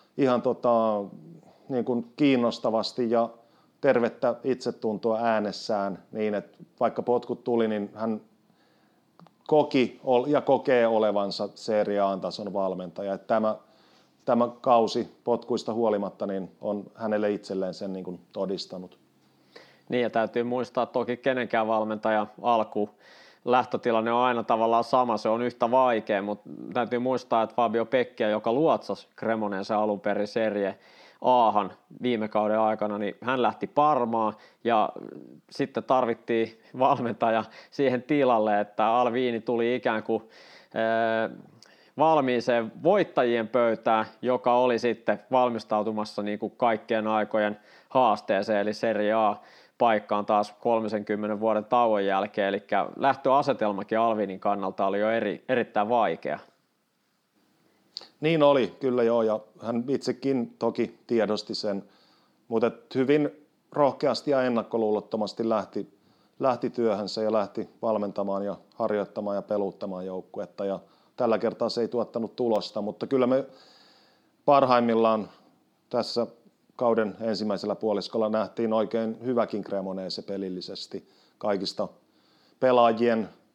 niin kuin kiinnostavasti ja tervettä itsetuntoa äänessään niin, että vaikka potkut tuli, niin hän koki ja kokee olevansa Serie A:n tason valmentaja. Että tämä kausi potkuista huolimatta niin on hänelle itselleen sen niin kuin todistanut. Niin, ja täytyy muistaa toki kenenkään valmentaja lähtötilanne on aina tavallaan sama, se on yhtä vaikea, mutta täytyy muistaa, että Fabio Pecchia, joka luotsasi Cremonese alun perin Serie A:han viime kauden aikana, niin hän lähti Parmaan ja sitten tarvittiin valmentaja siihen tilalle, että Alvini tuli ikään kuin valmiiseen voittajien pöytään, joka oli sitten valmistautumassa niin kuin kaikkien aikojen haasteeseen, eli Serie A-paikkaan taas 30 vuoden tauon jälkeen, eli lähtöasetelmakin Alvinin kannalta oli jo erittäin vaikea. Niin oli, kyllä joo, ja hän itsekin toki tiedosti sen, mutta hyvin rohkeasti ja ennakkoluulottomasti lähti työhönsä ja lähti valmentamaan ja harjoittamaan ja peluuttamaan joukkuetta, ja tällä kertaa se ei tuottanut tulosta, mutta kyllä me parhaimmillaan tässä kauden ensimmäisellä puoliskolla nähtiin oikein hyväkin Cremonese pelillisesti kaikista pelaajien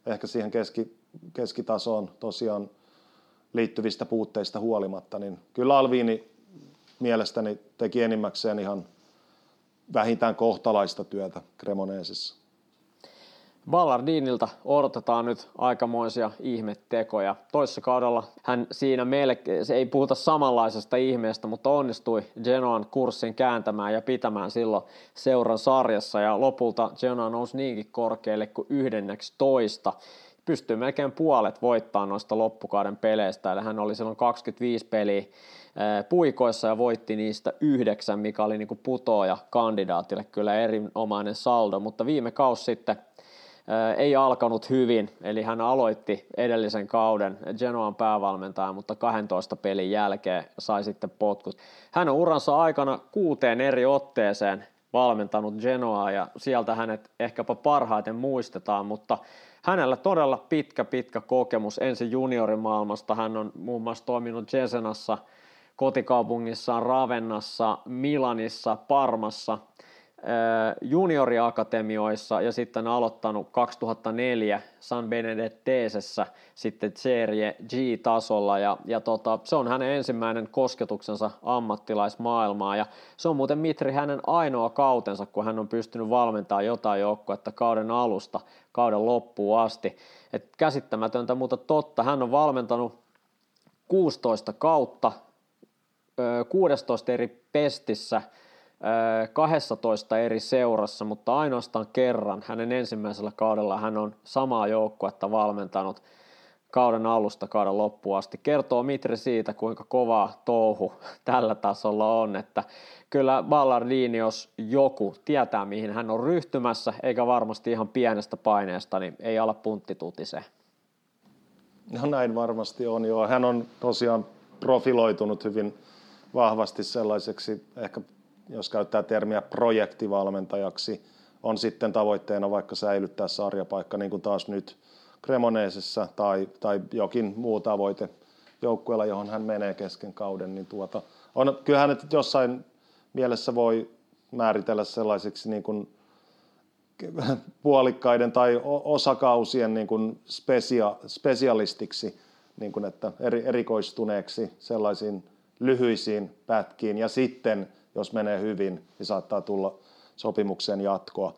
ehkä siihen keskitasoon tosiaan liittyvistä puutteista huolimatta, niin kyllä Alviini mielestäni teki enimmäkseen ihan vähintään kohtalaista työtä Cremonesessa. Ballardinilta odotetaan nyt aikamoisia ihmettekoja. Toissa kaudella hän siinä se ei puhuta samanlaisesta ihmeestä, mutta onnistui Genoan kurssin kääntämään ja pitämään silloin seuran sarjassa. Ja lopulta Genoa nousi niinkin korkealle kuin 11. Pystyi melkein puolet voittamaan noista loppukauden peleistä. Eli hän oli silloin 25 peliä puikoissa ja voitti niistä 9, mikä oli niinku putoaja kandidaatille kyllä erinomainen saldo. Mutta viime kausi sitten ei alkanut hyvin, eli hän aloitti edellisen kauden Genoan päävalmentaja, mutta 12 pelin jälkeen sai sitten potkut. Hän on uransa aikana 6 eri otteeseen valmentanut Genoaa ja sieltä hänet ehkäpä parhaiten muistetaan, mutta hänellä todella pitkä kokemus ensin juniorimaailmasta. Hän on muun muassa toiminut Cesenassa, kotikaupungissaan Ravennassa, Milanissa, Parmassa, junioriakatemioissa ja sitten aloittanut 2004 San Benedettesessä sitten Serie G-tasolla ja se on hänen ensimmäinen kosketuksensa ammattilaismaailmaa ja se on muuten Mitri hänen ainoa kautensa, kun hän on pystynyt valmentamaan jotain joukkuetta kauden alusta kauden loppuun asti. Et käsittämätöntä, mutta totta, hän on valmentanut 16 kautta, 16 eri pestissä, 12 eri seurassa, mutta ainoastaan kerran hänen ensimmäisellä kaudella hän on samaa joukkuetta valmentanut kauden alusta kauden loppuun asti. Kertoo Mitri siitä, kuinka kovaa touhu tällä tasolla on, että kyllä Ballardini, jos joku tietää, mihin hän on ryhtymässä, eikä varmasti ihan pienestä paineesta, niin ei ala punttitutiseen. No näin varmasti on, joo. Hän on tosiaan profiloitunut hyvin vahvasti sellaiseksi, ehkä jos käyttää termiä projektivalmentajaksi, on sitten tavoitteena vaikka säilyttää sarjapaikka, niin kuin taas nyt Cremonesessa tai jokin muu tavoite joukkueella, johon hän menee kesken kauden, niin kyllähän nyt jossain mielessä voi määritellä sellaiseksi niin kuin puolikkaiden tai osakausien niin kuin spesialistiksi, niin kuin että erikoistuneeksi sellaisiin lyhyisiin pätkiin ja sitten jos menee hyvin, niin saattaa tulla sopimuksen jatkoa.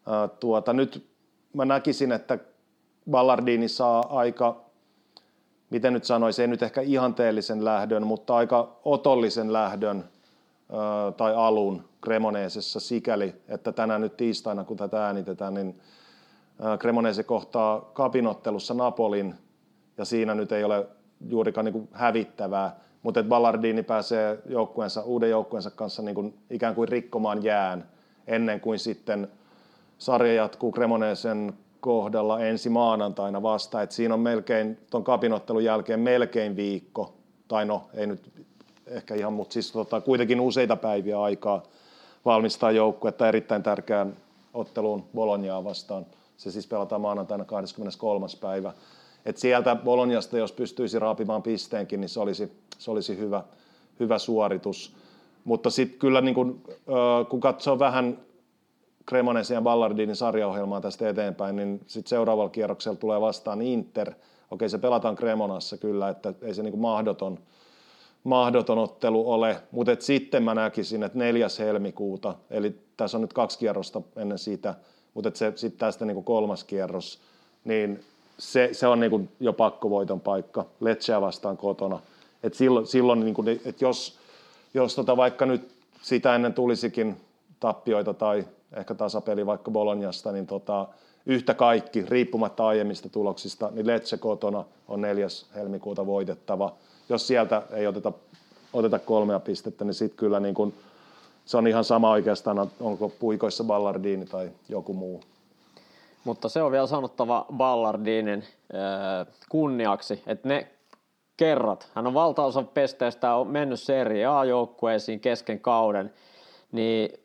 Nyt mä näkisin, että Ballardini saa aika, miten nyt sanoisin, ei nyt ehkä ihanteellisen lähdön, mutta aika otollisen lähdön tai alun Cremonesessa sikäli, että tänään nyt tiistaina, kun tätä äänitetään, niin Cremonese kohtaa kapinottelussa Napolin, ja siinä nyt ei ole juurikaan niin kuin hävittävää, mutta Ballardini pääsee uuden joukkueensa kanssa niin kuin ikään kuin rikkomaan jään ennen kuin sitten sarja jatkuu Cremonesen kohdalla ensi maanantaina vasta. Et siinä on melkein tuon kapinottelun jälkeen melkein viikko, tai no ei nyt ehkä ihan, mutta siis kuitenkin useita päiviä aikaa valmistaa joukkuetta erittäin tärkeään otteluun Bolognaa vastaan. Se siis pelataan maanantaina 23. päivä. Et sieltä Bolognasta, jos pystyisi raapimaan pisteenkin, niin se olisi hyvä suoritus. Mutta sitten kyllä niin kun katsoo vähän Cremonesen ja Ballardinin sarjaohjelmaa tästä eteenpäin, niin sitten seuraavalla kierroksella tulee vastaan Inter. Okei, se pelataan Cremonassa kyllä, että ei se niin mahdoton ottelu ole, mutta sitten mä näkisin, että 4. helmikuuta, eli tässä on nyt 2 kierrosta ennen sitä, mutta sitten tästä niin 3. kierros, niin se on niin jo pakkovoiton paikka, Lecceä vastaan kotona. Et silloin niin kuin, että jos vaikka nyt sitä ennen tulisikin tappioita tai ehkä tasapeli vaikka Bolognasta, niin yhtä kaikki, riippumatta aiemmista tuloksista, niin Lecce kotona on 4. helmikuuta voitettava. Jos sieltä ei oteta 3 pistettä, niin sitten kyllä niin kuin, se on ihan sama oikeastaan, onko puikoissa Ballardini tai joku muu. Mutta se on vielä sanottava Ballardinin kunniaksi, että ne kerrat, hän on valtaosa pesteistä on mennyt Serie A-joukkueisiin kesken kauden, niin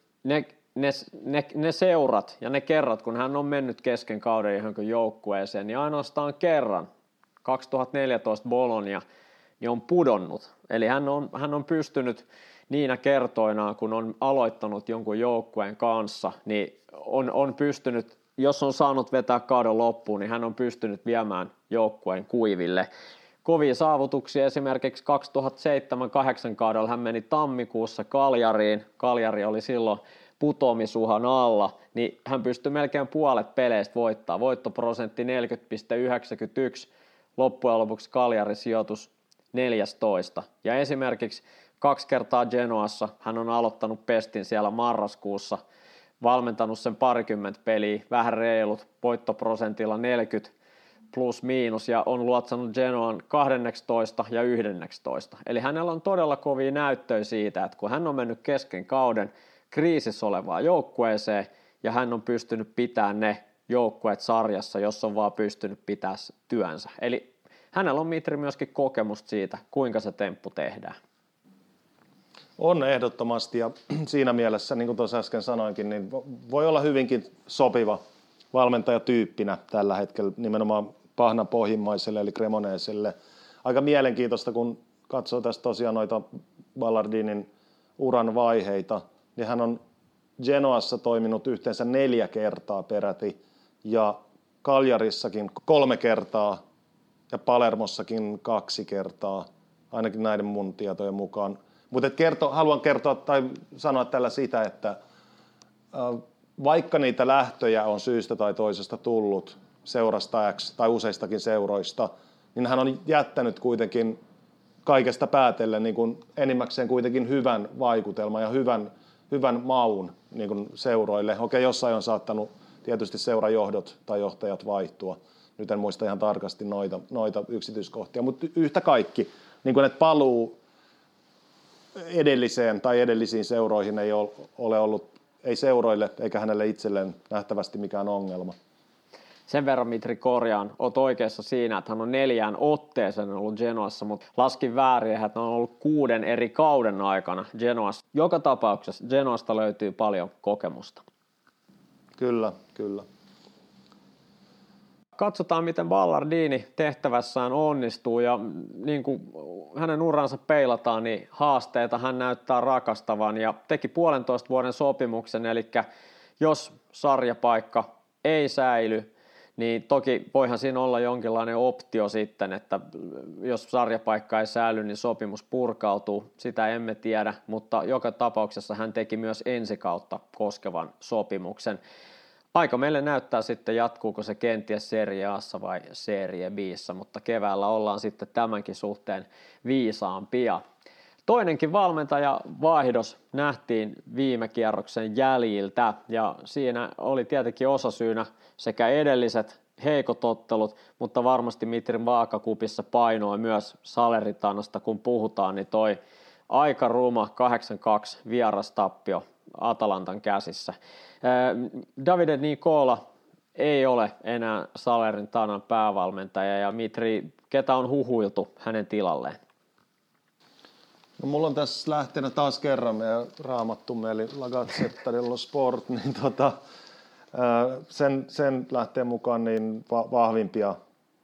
ne seurat ja ne kerrat, kun hän on mennyt kesken kauden johonkin joukkueeseen, niin ainoastaan kerran, 2014 Bologna, niin on pudonnut. Eli hän on pystynyt niinä kertoina, kun on aloittanut jonkun joukkueen kanssa, niin on pystynyt jos on saanut vetää kauden loppuun, niin hän on pystynyt viemään joukkueen kuiville. Kovia saavutuksia esimerkiksi 2007-2008 kaudella hän meni tammikuussa Cagliariin. Cagliari oli silloin putoamisuhan alla, niin hän pystyi melkein puolet peleistä voittaa. Voittoprosentti 40,91, loppujen lopuksi Cagliari sijoitus 14. Ja esimerkiksi 2 kertaa Genoassa hän on aloittanut pestin siellä marraskuussa, valmentanut sen parikymmentä peliä, vähän reilut, voittoprosentilla 40 plus miinus ja on luotsannut Genoan 12 ja 11. Eli hänellä on todella kovia näyttöjä siitä, että kun hän on mennyt kesken kauden kriisissä olevaan joukkueeseen ja hän on pystynyt pitämään ne joukkueet sarjassa, jos on vaan pystynyt pitämään työnsä. Eli hänellä on Mitri myöskin kokemusta siitä, kuinka se temppu tehdään. On ehdottomasti ja siinä mielessä, niin kuin tuossa äsken sanoinkin, niin voi olla hyvinkin sopiva valmentajatyyppinä tällä hetkellä nimenomaan Pahnan pohjimmaiselle eli Cremoneselle. Aika mielenkiintoista, kun katsoo tässä tosiaan noita Ballardinin uran vaiheita, niin hän on Genoassa toiminut yhteensä 4 kertaa peräti ja Cagliarissakin 3 kertaa ja Palermossakin 2 kertaa, ainakin näiden mun tietojen mukaan. Mutta haluan kertoa tai sanoa tällä sitä, että vaikka niitä lähtöjä on syystä tai toisesta tullut seurasta X tai useistakin seuroista, niin hän on jättänyt kuitenkin kaikesta päätellen niin kuin enimmäkseen kuitenkin hyvän vaikutelman ja hyvän maun niin kuin seuroille. Okei, jossain on saattanut tietysti seurajohdot tai johtajat vaihtua. Nyt en muista ihan tarkasti noita yksityiskohtia, mutta yhtä kaikki, niin kuin että paluu edelliseen tai edellisiin seuroihin ei ole ollut, ei seuroille eikä hänelle itselleen nähtävästi mikään ongelma. Sen verran Mitri korjaan, olet oikeassa siinä, että hän on 4 otteeseen ollut Genoassa, mutta laskin väärin, että hän on ollut 6 eri kauden aikana Genoassa. Joka tapauksessa Genoasta löytyy paljon kokemusta. Kyllä, kyllä. Katsotaan, miten Ballardini tehtävässään onnistuu ja niin kuin hänen uransa peilataan, niin haasteita hän näyttää rakastavan ja teki 1,5 vuoden sopimuksen, eli jos sarjapaikka ei säily, niin toki voihan siinä olla jonkinlainen optio sitten, että jos sarjapaikka ei säily, niin sopimus purkautuu, sitä emme tiedä, mutta joka tapauksessa hän teki myös ensikautta koskevan sopimuksen. Aika meille näyttää sitten, jatkuuko se kenties Serie A:ssa vai Serie B:ssä, mutta keväällä ollaan sitten tämänkin suhteen viisaampia. Toinenkin valmentajavaihdos nähtiin viime kierroksen jäljiltä ja siinä oli tietenkin osasyynä sekä edelliset heikot ottelut, mutta varmasti Mitrin vaakakupissa painoi myös Salernitanosta, kun puhutaan, niin toi aika ruma 8-2 vierastappio Atalantan käsissä. Davide Nicola ei ole enää Salernitannan päävalmentaja ja Mitri, ketä on huhuiltu hänen tilalleen? No, mulla on tässä lähteenä taas kerran meidän raamattumme eli La Gazzetta dello Sport, niin sen lähteen mukaan niin vahvimpia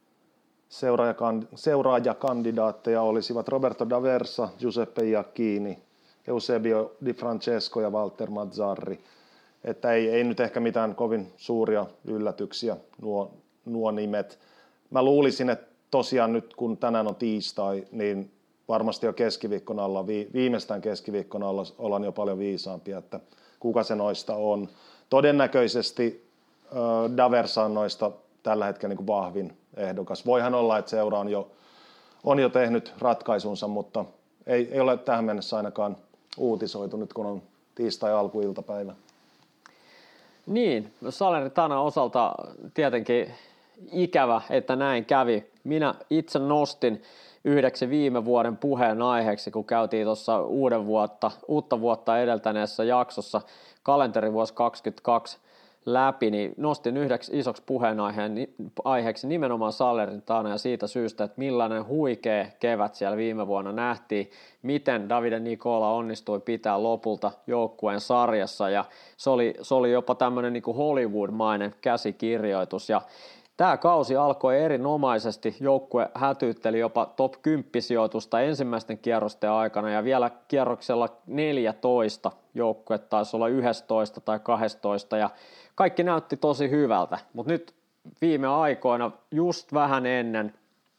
seuraajakandidaatteja olisivat Roberto D'Aversa, Giuseppe Iacchini, Eusebio Di Francesco ja Walter Mazzarri. Että ei nyt ehkä mitään kovin suuria yllätyksiä nuo nimet. Mä luulisin, että tosiaan nyt kun tänään on tiistai, niin varmasti jo keskiviikkona alla, viimeistään keskiviikkona ollaan jo paljon viisaampia, että kuka se noista on. Todennäköisesti D'Aversa on noista tällä hetkellä niin kuin vahvin ehdokas. Voihan olla, että seura on jo tehnyt ratkaisunsa, mutta ei ole tähän mennessä ainakaan uutisoitu nyt, kun on tiistai alkuiltapäivä. Niin, Salernitanan osalta tietenkin ikävä, että näin kävi. Minä itse nostin yhdeksi viime vuoden puheen aiheeksi, kun käytiin tuossa uutta vuotta edeltäneessä jaksossa kalenterivuosi 2022 läpi, niin nostin yhdeksi isoksi puheenaiheeksi nimenomaan Salernitana ja siitä syystä, että millainen huikea kevät siellä viime vuonna nähtiin, miten Davide Nicola onnistui pitää lopulta joukkueen sarjassa ja se oli jopa tämmöinen niin kuin Hollywood-mainen käsikirjoitus ja tämä kausi alkoi erinomaisesti, joukkue hätyytteli jopa top 10 sijoitusta ensimmäisten kierrosten aikana ja vielä kierroksella 14 joukkue taisi olla 11 tai 12 ja kaikki näytti tosi hyvältä, mutta nyt viime aikoina just vähän ennen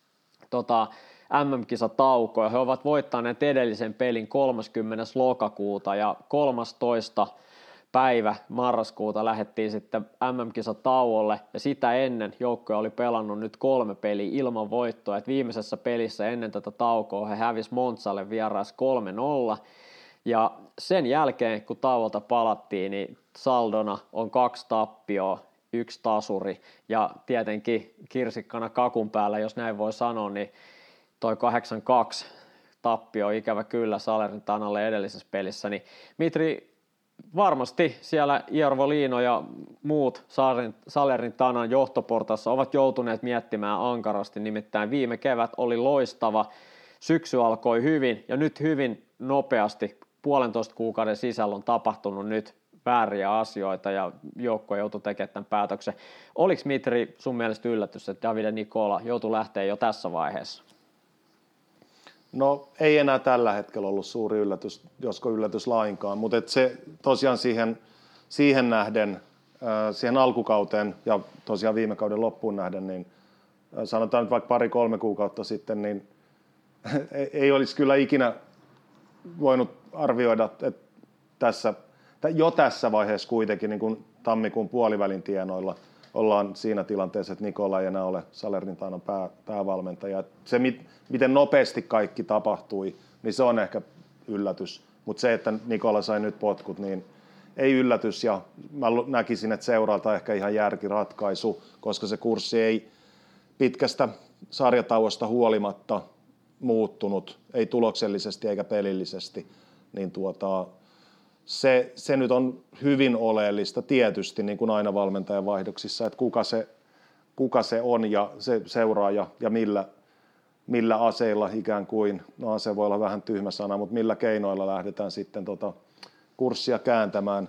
MM-kisataukoa he ovat voittaneet edellisen pelin 30. lokakuuta ja 13. päivä marraskuuta lähdettiin sitten MM-kisatauolle ja sitä ennen joukkoja oli pelannut nyt 3 peliä ilman voittoa, että viimeisessä pelissä ennen tätä taukoa he hävisi Monzalle vierais 3-0 ja sen jälkeen kun tauolta palattiin, niin saldona on 2 tappioa, 1 tasuri ja tietenkin kirsikkana kakun päällä, jos näin voi sanoa, niin toi 8-2 tappio ikävä kyllä Salernitanalle edellisessä pelissä, niin Mitri, varmasti siellä Iervolino ja muut Salernitanan johtoportassa ovat joutuneet miettimään ankarasti, nimittäin viime kevät oli loistava, syksy alkoi hyvin ja nyt hyvin nopeasti 1,5 kuukauden sisällä on tapahtunut nyt vääriä asioita ja joukko joutui tekemään tämän päätöksen. Oliko Mitri sun mielestä yllätys, että Davide Nicola joutui lähteä jo tässä vaiheessa? No ei enää tällä hetkellä ollut suuri yllätys, josko yllätys lainkaan, mutta se tosiaan siihen nähden, siihen alkukauteen ja tosiaan viime kauden loppuun nähden, niin sanotaan nyt vaikka 2-3 kuukautta sitten, niin ei olisi kyllä ikinä voinut arvioida, että jo tässä vaiheessa kuitenkin niin kuin tammikuun puolivälin tienoilla ollaan siinä tilanteessa, että Nicola ei enää ole Salernitanan päävalmentaja. Se, miten nopeasti kaikki tapahtui, niin se on ehkä yllätys. Mutta se, että Nicola sai nyt potkut, niin ei yllätys. Ja mä näkisin, että seuraalta ehkä ihan järkiratkaisu, koska se kurssi ei pitkästä sarjatauosta huolimatta muuttunut, ei tuloksellisesti eikä pelillisesti. Niin se nyt on hyvin oleellista tietysti, niin kuin aina valmentajan vaihdoksissa, että kuka se on ja se seuraaja ja millä aseilla ikään kuin, no ase voi olla vähän tyhmä sana, mutta millä keinoilla lähdetään sitten kurssia kääntämään.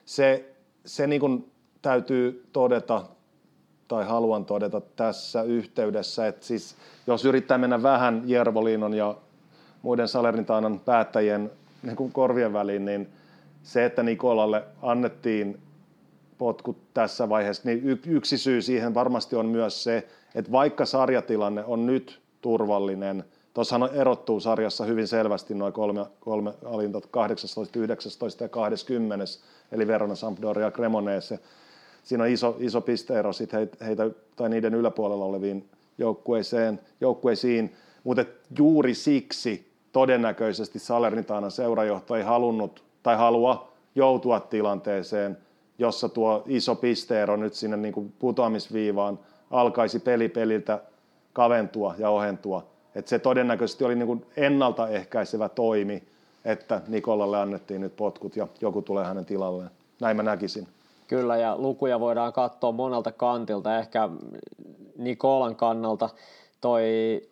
Se niin kuin täytyy todeta, tai haluan todeta tässä yhteydessä, että siis jos yrittää mennä vähän Iervolinon ja muiden Salernitanan päättäjien niin kuin korvien väliin, niin se, että Nicolalle annettiin potkut tässä vaiheessa, niin yksi syy siihen varmasti on myös se, että vaikka sarjatilanne on nyt turvallinen, tuossahan erottuu sarjassa hyvin selvästi noin kolme alinta, 18, 19 ja 20, eli Verona, Sampdoria ja Cremonese. Siinä on iso pisteero heitä tai niiden yläpuolella oleviin joukkueisiin, mutta juuri siksi todennäköisesti Salernitanan seurajohto ei halunnut tai halua joutua tilanteeseen, jossa tuo iso pisteero nyt sinne niin kuin putoamisviivaan alkaisi peliltä kaventua ja ohentua. Et se todennäköisesti oli niin kuin ennaltaehkäisevä toimi, että Nicolalle annettiin nyt potkut ja joku tulee hänen tilalleen. Näin mä näkisin. Kyllä, ja lukuja voidaan katsoa monelta kantilta. Ehkä Nicolan kannalta toi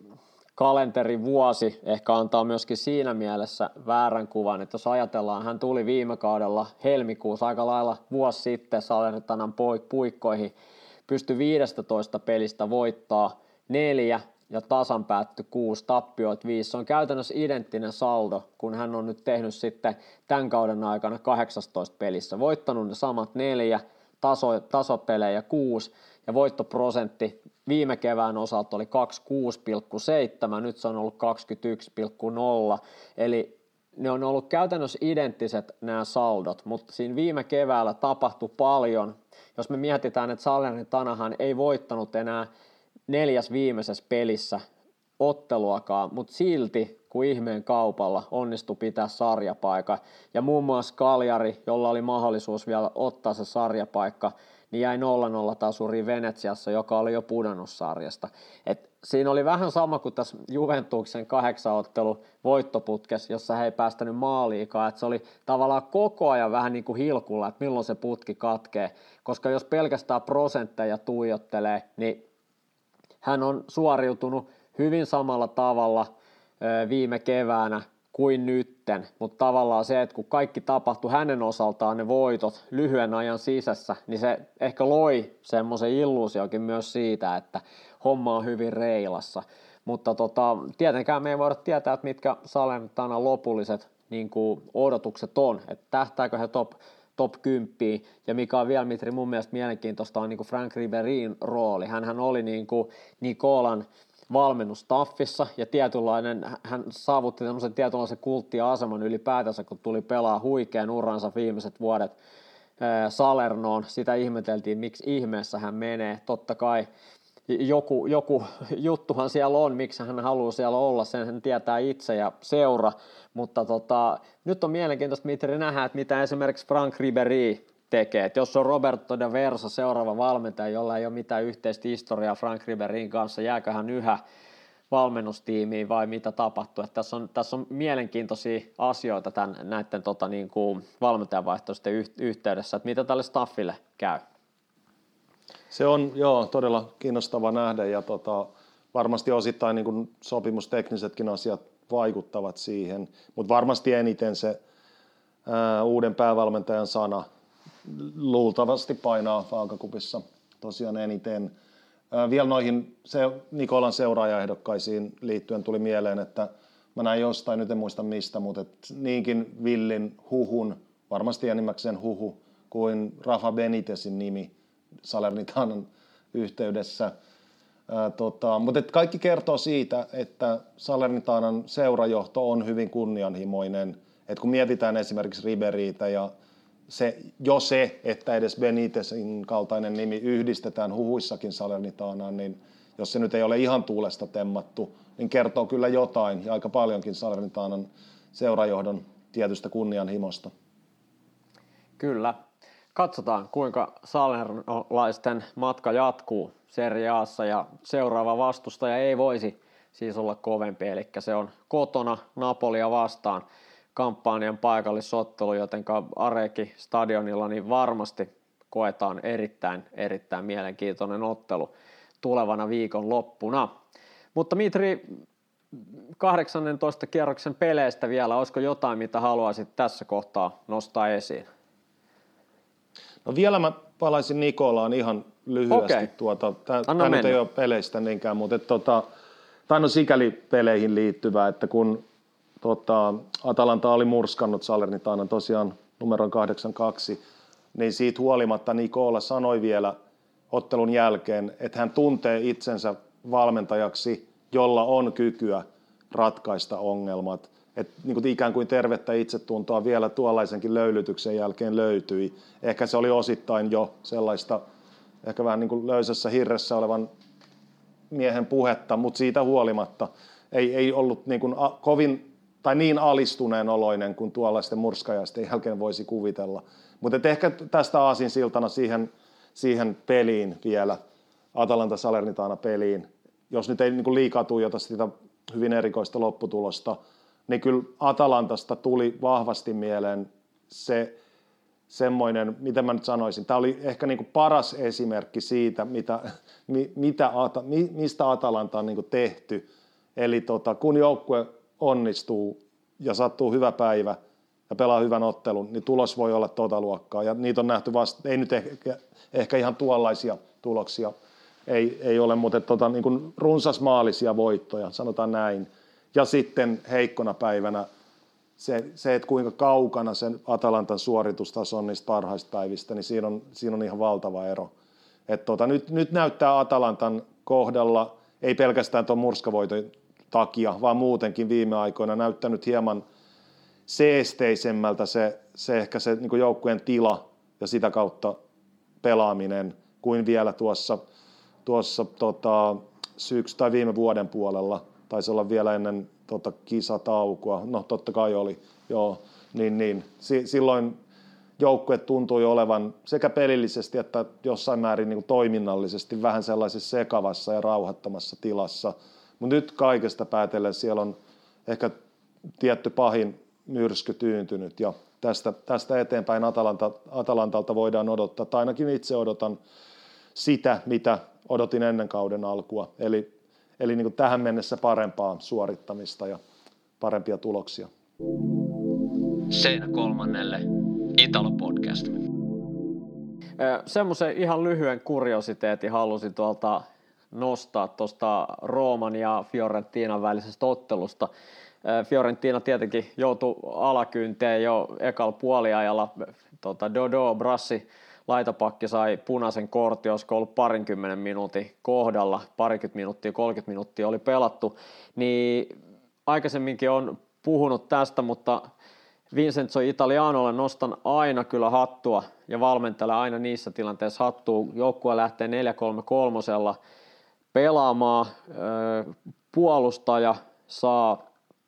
kalenterivuosi ehkä antaa myöskin siinä mielessä väärän kuvan, että jos ajatellaan, hän tuli viime kaudella helmikuussa aika lailla vuosi sitten Salernitanan puikkoihin, pystyi 15 pelistä voittaa 4 ja tasan päättyi 6, tappioit 5. Se on käytännössä identtinen saldo, kun hän on nyt tehnyt sitten tämän kauden aikana 18 pelissä. Voittanut ne samat 4, tasopelejä 6 ja voittoprosentti viime kevään osalta oli 26,7, nyt se on ollut 21,0, eli ne on ollut käytännössä identtiset nämä saldot, mutta siinä viime keväällä tapahtui paljon. Jos me mietitään, että Salernitanahan ei voittanut enää 4. viimeisessä pelissä otteluakaan, mutta silti kun ihmeen kaupalla onnistui pitää sarjapaikka ja muun muassa Cagliari, jolla oli mahdollisuus vielä ottaa se sarjapaikka, niin jäi 0-0 tasuriin Venetsiassa, joka oli jo pudonnut sarjasta. Et siinä oli vähän sama kuin tässä Juventuksen 8-ottelu voittoputkessa, jossa he ei päästänyt maaliikaan. Et se oli tavallaan koko ajan vähän niin kuin hilkulla, että milloin se putki katkee. Koska jos pelkästään prosentteja tuijottelee, niin hän on suoriutunut hyvin samalla tavalla viime keväänä kuin nytten, mutta tavallaan se, että kun kaikki tapahtui hänen osaltaan ne voitot lyhyen ajan sisässä, niin se ehkä loi semmoisen illuusiokin myös siitä, että homma on hyvin reilassa. Mutta tietenkään me ei voida tietää, että mitkä Salernitanan lopulliset niin kuin odotukset on, että tähtääkö he top top 10, ja mikä on vielä, Mitri, mun mielestä mielenkiintoista, on niin kuin Frank Riberin rooli. Hänhän oli niin kuin Nicolan valmennustaffissa, ja hän saavutti tämmöisen tietynlaisen kulttiaseman ylipäätänsä, kun tuli pelaa huikean uransa viimeiset vuodet Salernoon. Sitä ihmeteltiin, miksi ihmeessä hän menee. Totta kai joku juttuhan siellä on, miksi hän haluaa siellä olla, sen hän tietää itse ja seura, mutta nyt on mielenkiintoista, Mitri, nähdä, että mitä esimerkiksi Frank Ribery tekee. Et jos on Roberto de Versa seuraava valmentaja, jolla ei ole mitään yhteistä historiaa Frank Riberyn kanssa, jääkö hän yhä valmennustiimiin vai mitä tapahtuu? Et tässä on mielenkiintoisia asioita näiden niin kuin valmentajanvaihtoisten yhteydessä, että mitä tälle staffille käy. Se on todella kiinnostava nähdä ja varmasti osittain niin kuin sopimusteknisetkin asiat vaikuttavat siihen, mutta varmasti eniten se uuden päävalmentajan sana luultavasti painaa vaakakupissa tosiaan eniten. Vielä noihin Nicolan seuraajaehdokkaisiin liittyen tuli mieleen, että mä näin jostain, nyt en muista mistä, mutta niinkin villin huhun, varmasti enimmäkseen huhu, kuin Rafa Benitezin nimi Salernitanan yhteydessä. Mutta kaikki kertoo siitä, että Salernitanan seurajohto on hyvin kunnianhimoinen. Et kun mietitään esimerkiksi Riberytä ja se, että edes Benitezin kaltainen nimi yhdistetään huhuissakin Salernitanaan, niin jos se nyt ei ole ihan tuulesta temmattu, niin kertoo kyllä jotain ja aika paljonkin Salernitanan seurajohdon tietystä kunnianhimosta. Kyllä. Katsotaan, kuinka salernolaisten matka jatkuu Serie A:ssa, ja seuraava vastustaja ei voisi siis olla kovempi, eli se on kotona Napolia vastaan kampanjan paikallisottelu, joten Areki stadionilla niin varmasti koetaan erittäin mielenkiintoinen ottelu tulevana viikonloppuna. Mutta Mitri, 18 kierroksen peleistä vielä, olisiko jotain, mitä haluaisit tässä kohtaa nostaa esiin? No vielä mä palaisin Nicolaan ihan lyhyesti. Okay. Tämä nyt ei ole peleistä niinkään, mutta tämä on sikäli peleihin liittyvä, että kun Atalanta oli murskannut Salernitanan tosiaan numeron 8-2, niin siitä huolimatta Nicola sanoi vielä ottelun jälkeen, että hän tuntee itsensä valmentajaksi, jolla on kykyä ratkaista ongelmat. Että niin kuin ikään kuin tervettä itsetuntoa vielä tuollaisenkin löylytyksen jälkeen löytyi. Ehkä se oli osittain jo sellaista, ehkä vähän niin kuin löysässä hirressä olevan miehen puhetta, mutta siitä huolimatta ei ollut niin kuin kovin tai niin alistuneen oloinen kuin tuollaisten murskajaisten jälkeen voisi kuvitella. Mutta ehkä tästä aasinsiltana siihen peliin vielä, Atalanta Salernitana peliin, jos nyt ei niin kuin liikaa tuijota sitä hyvin erikoista lopputulosta, niin kyllä Atalantasta tuli vahvasti mieleen se semmoinen, mitä mä nyt sanoisin, tämä oli ehkä niin kuin paras esimerkki siitä, mistä Atalanta on niin kuin tehty. Eli kun joukkue onnistuu ja sattuu hyvä päivä ja pelaa hyvän ottelun, niin tulos voi olla luokkaa. Ja niitä on nähty ei nyt ehkä ihan tuollaisia tuloksia, ei ole, mutta niin kuin runsasmaalisia voittoja, sanotaan näin. Ja sitten heikkona päivänä se, että kuinka kaukana sen Atalantan suoritustaso on niistä parhaista päivistä, niin siinä on ihan valtava ero. Nyt näyttää Atalantan kohdalla, ei pelkästään tuon murskavoiton takia, vaan muutenkin viime aikoina näyttänyt hieman seesteisemmältä se ehkä se niin kuin joukkueen tila ja sitä kautta pelaaminen kuin vielä tuossa syksy tai viime vuoden puolella. Taisi olla vielä ennen kisataukoa. No totta kai oli, joo. Niin. Silloin joukkue tuntui olevan sekä pelillisesti että jossain määrin niin kuin toiminnallisesti vähän sellaisessa sekavassa ja rauhattomassa tilassa. Mutta nyt kaikesta päätellen siellä on ehkä tietty pahin myrsky tyyntynyt ja tästä eteenpäin Atalantalta voidaan odottaa, tai ainakin itse odotan sitä, mitä odotin ennen kauden alkua. Eli niin kuin tähän mennessä parempaa suorittamista ja parempia tuloksia. Seinä kolmannelle, Italo Podcast. Semmoisen ihan lyhyen kuriositeetin halusin nostaa tuosta Rooman ja Fiorentinan välisestä ottelusta. Fiorentina tietenkin joutui alakynteen jo ekalla puoliajalla Dodo Brassi laitapakki sai punaisen kortin, olisiko ollut 20 minuutin kohdalla, 20 minuuttia, 30 minuuttia oli pelattu, niin aikaisemminkin on puhunut tästä, mutta Vincenzo Italianolle nostan aina kyllä hattua ja valmentajalle aina niissä tilanteissa hattua. Joukkue lähtee 4-3-3 pelaamaan, puolustaja saa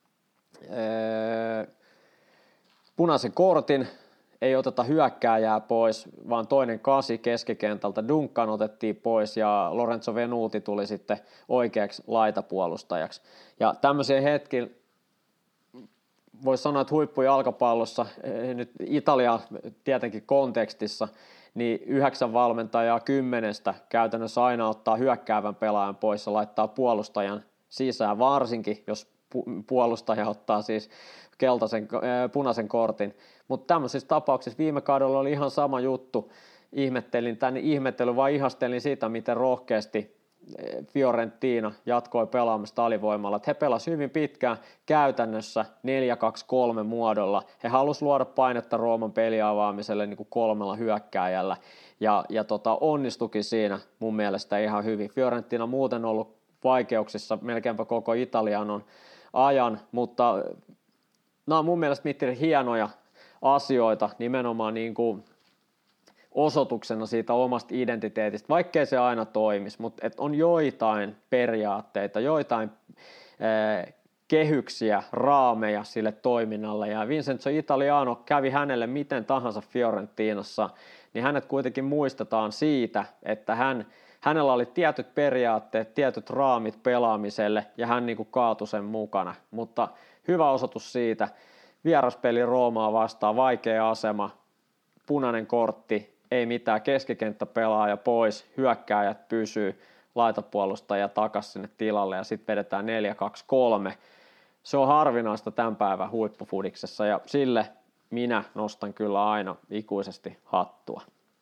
punaisen kortin, ei oteta hyökkääjää pois, vaan toinen 8 keskikentältä, Duncan otettiin pois ja Lorenzo Venuti tuli sitten oikeaksi laitapuolustajaksi. Ja tämmöisiä hetkiä voisi sanoa, että huippujalkapallossa, nyt Italia tietenkin kontekstissa, niin 9 valmentajaa 10 käytännössä aina ottaa hyökkäävän pelaajan pois ja laittaa puolustajan sisään, varsinkin jos puolustaja ottaa siis punaisen kortin. Mutta tämmöisissä tapauksissa viime kaudella oli ihan sama juttu. Ihastelin sitä, miten rohkeasti Fiorentina jatkoi pelaamista alivoimalla. He pelasivat hyvin pitkään käytännössä 4-2-3 muodolla. He halusivat luoda painetta Rooman peliavaamiselle niin kuin 3 hyökkääjällä ja onnistukin siinä mun mielestä ihan hyvin. Fiorentina muuten ollut vaikeuksissa melkeinpä koko Italianon ajan, mutta nämä on mun mielestä hienoja asioita nimenomaan niin kuin osoituksena siitä omasta identiteetistä, vaikkei se aina toimisi, mutta on joitain periaatteita, joitain kehyksiä, raameja sille toiminnalle, ja Vincenzo Italiano kävi hänelle miten tahansa Fiorentinassa, niin hänet kuitenkin muistetaan siitä, että hänellä oli tietyt periaatteet, tietyt raamit pelaamiselle, ja hän niin kuin kaatui sen mukana, mutta hyvä osoitus siitä, vieraspeli Roomaa vastaan, vaikea asema, punainen kortti, ei mitään, keskikenttäpelaaja pois, hyökkääjät pysyy, laitapuolustaja takas sinne tilalle ja sitten vedetään 4-2-3. Se on harvinaista tämän päivän huippufudiksessa ja sille minä nostan kyllä aina ikuisesti hattua.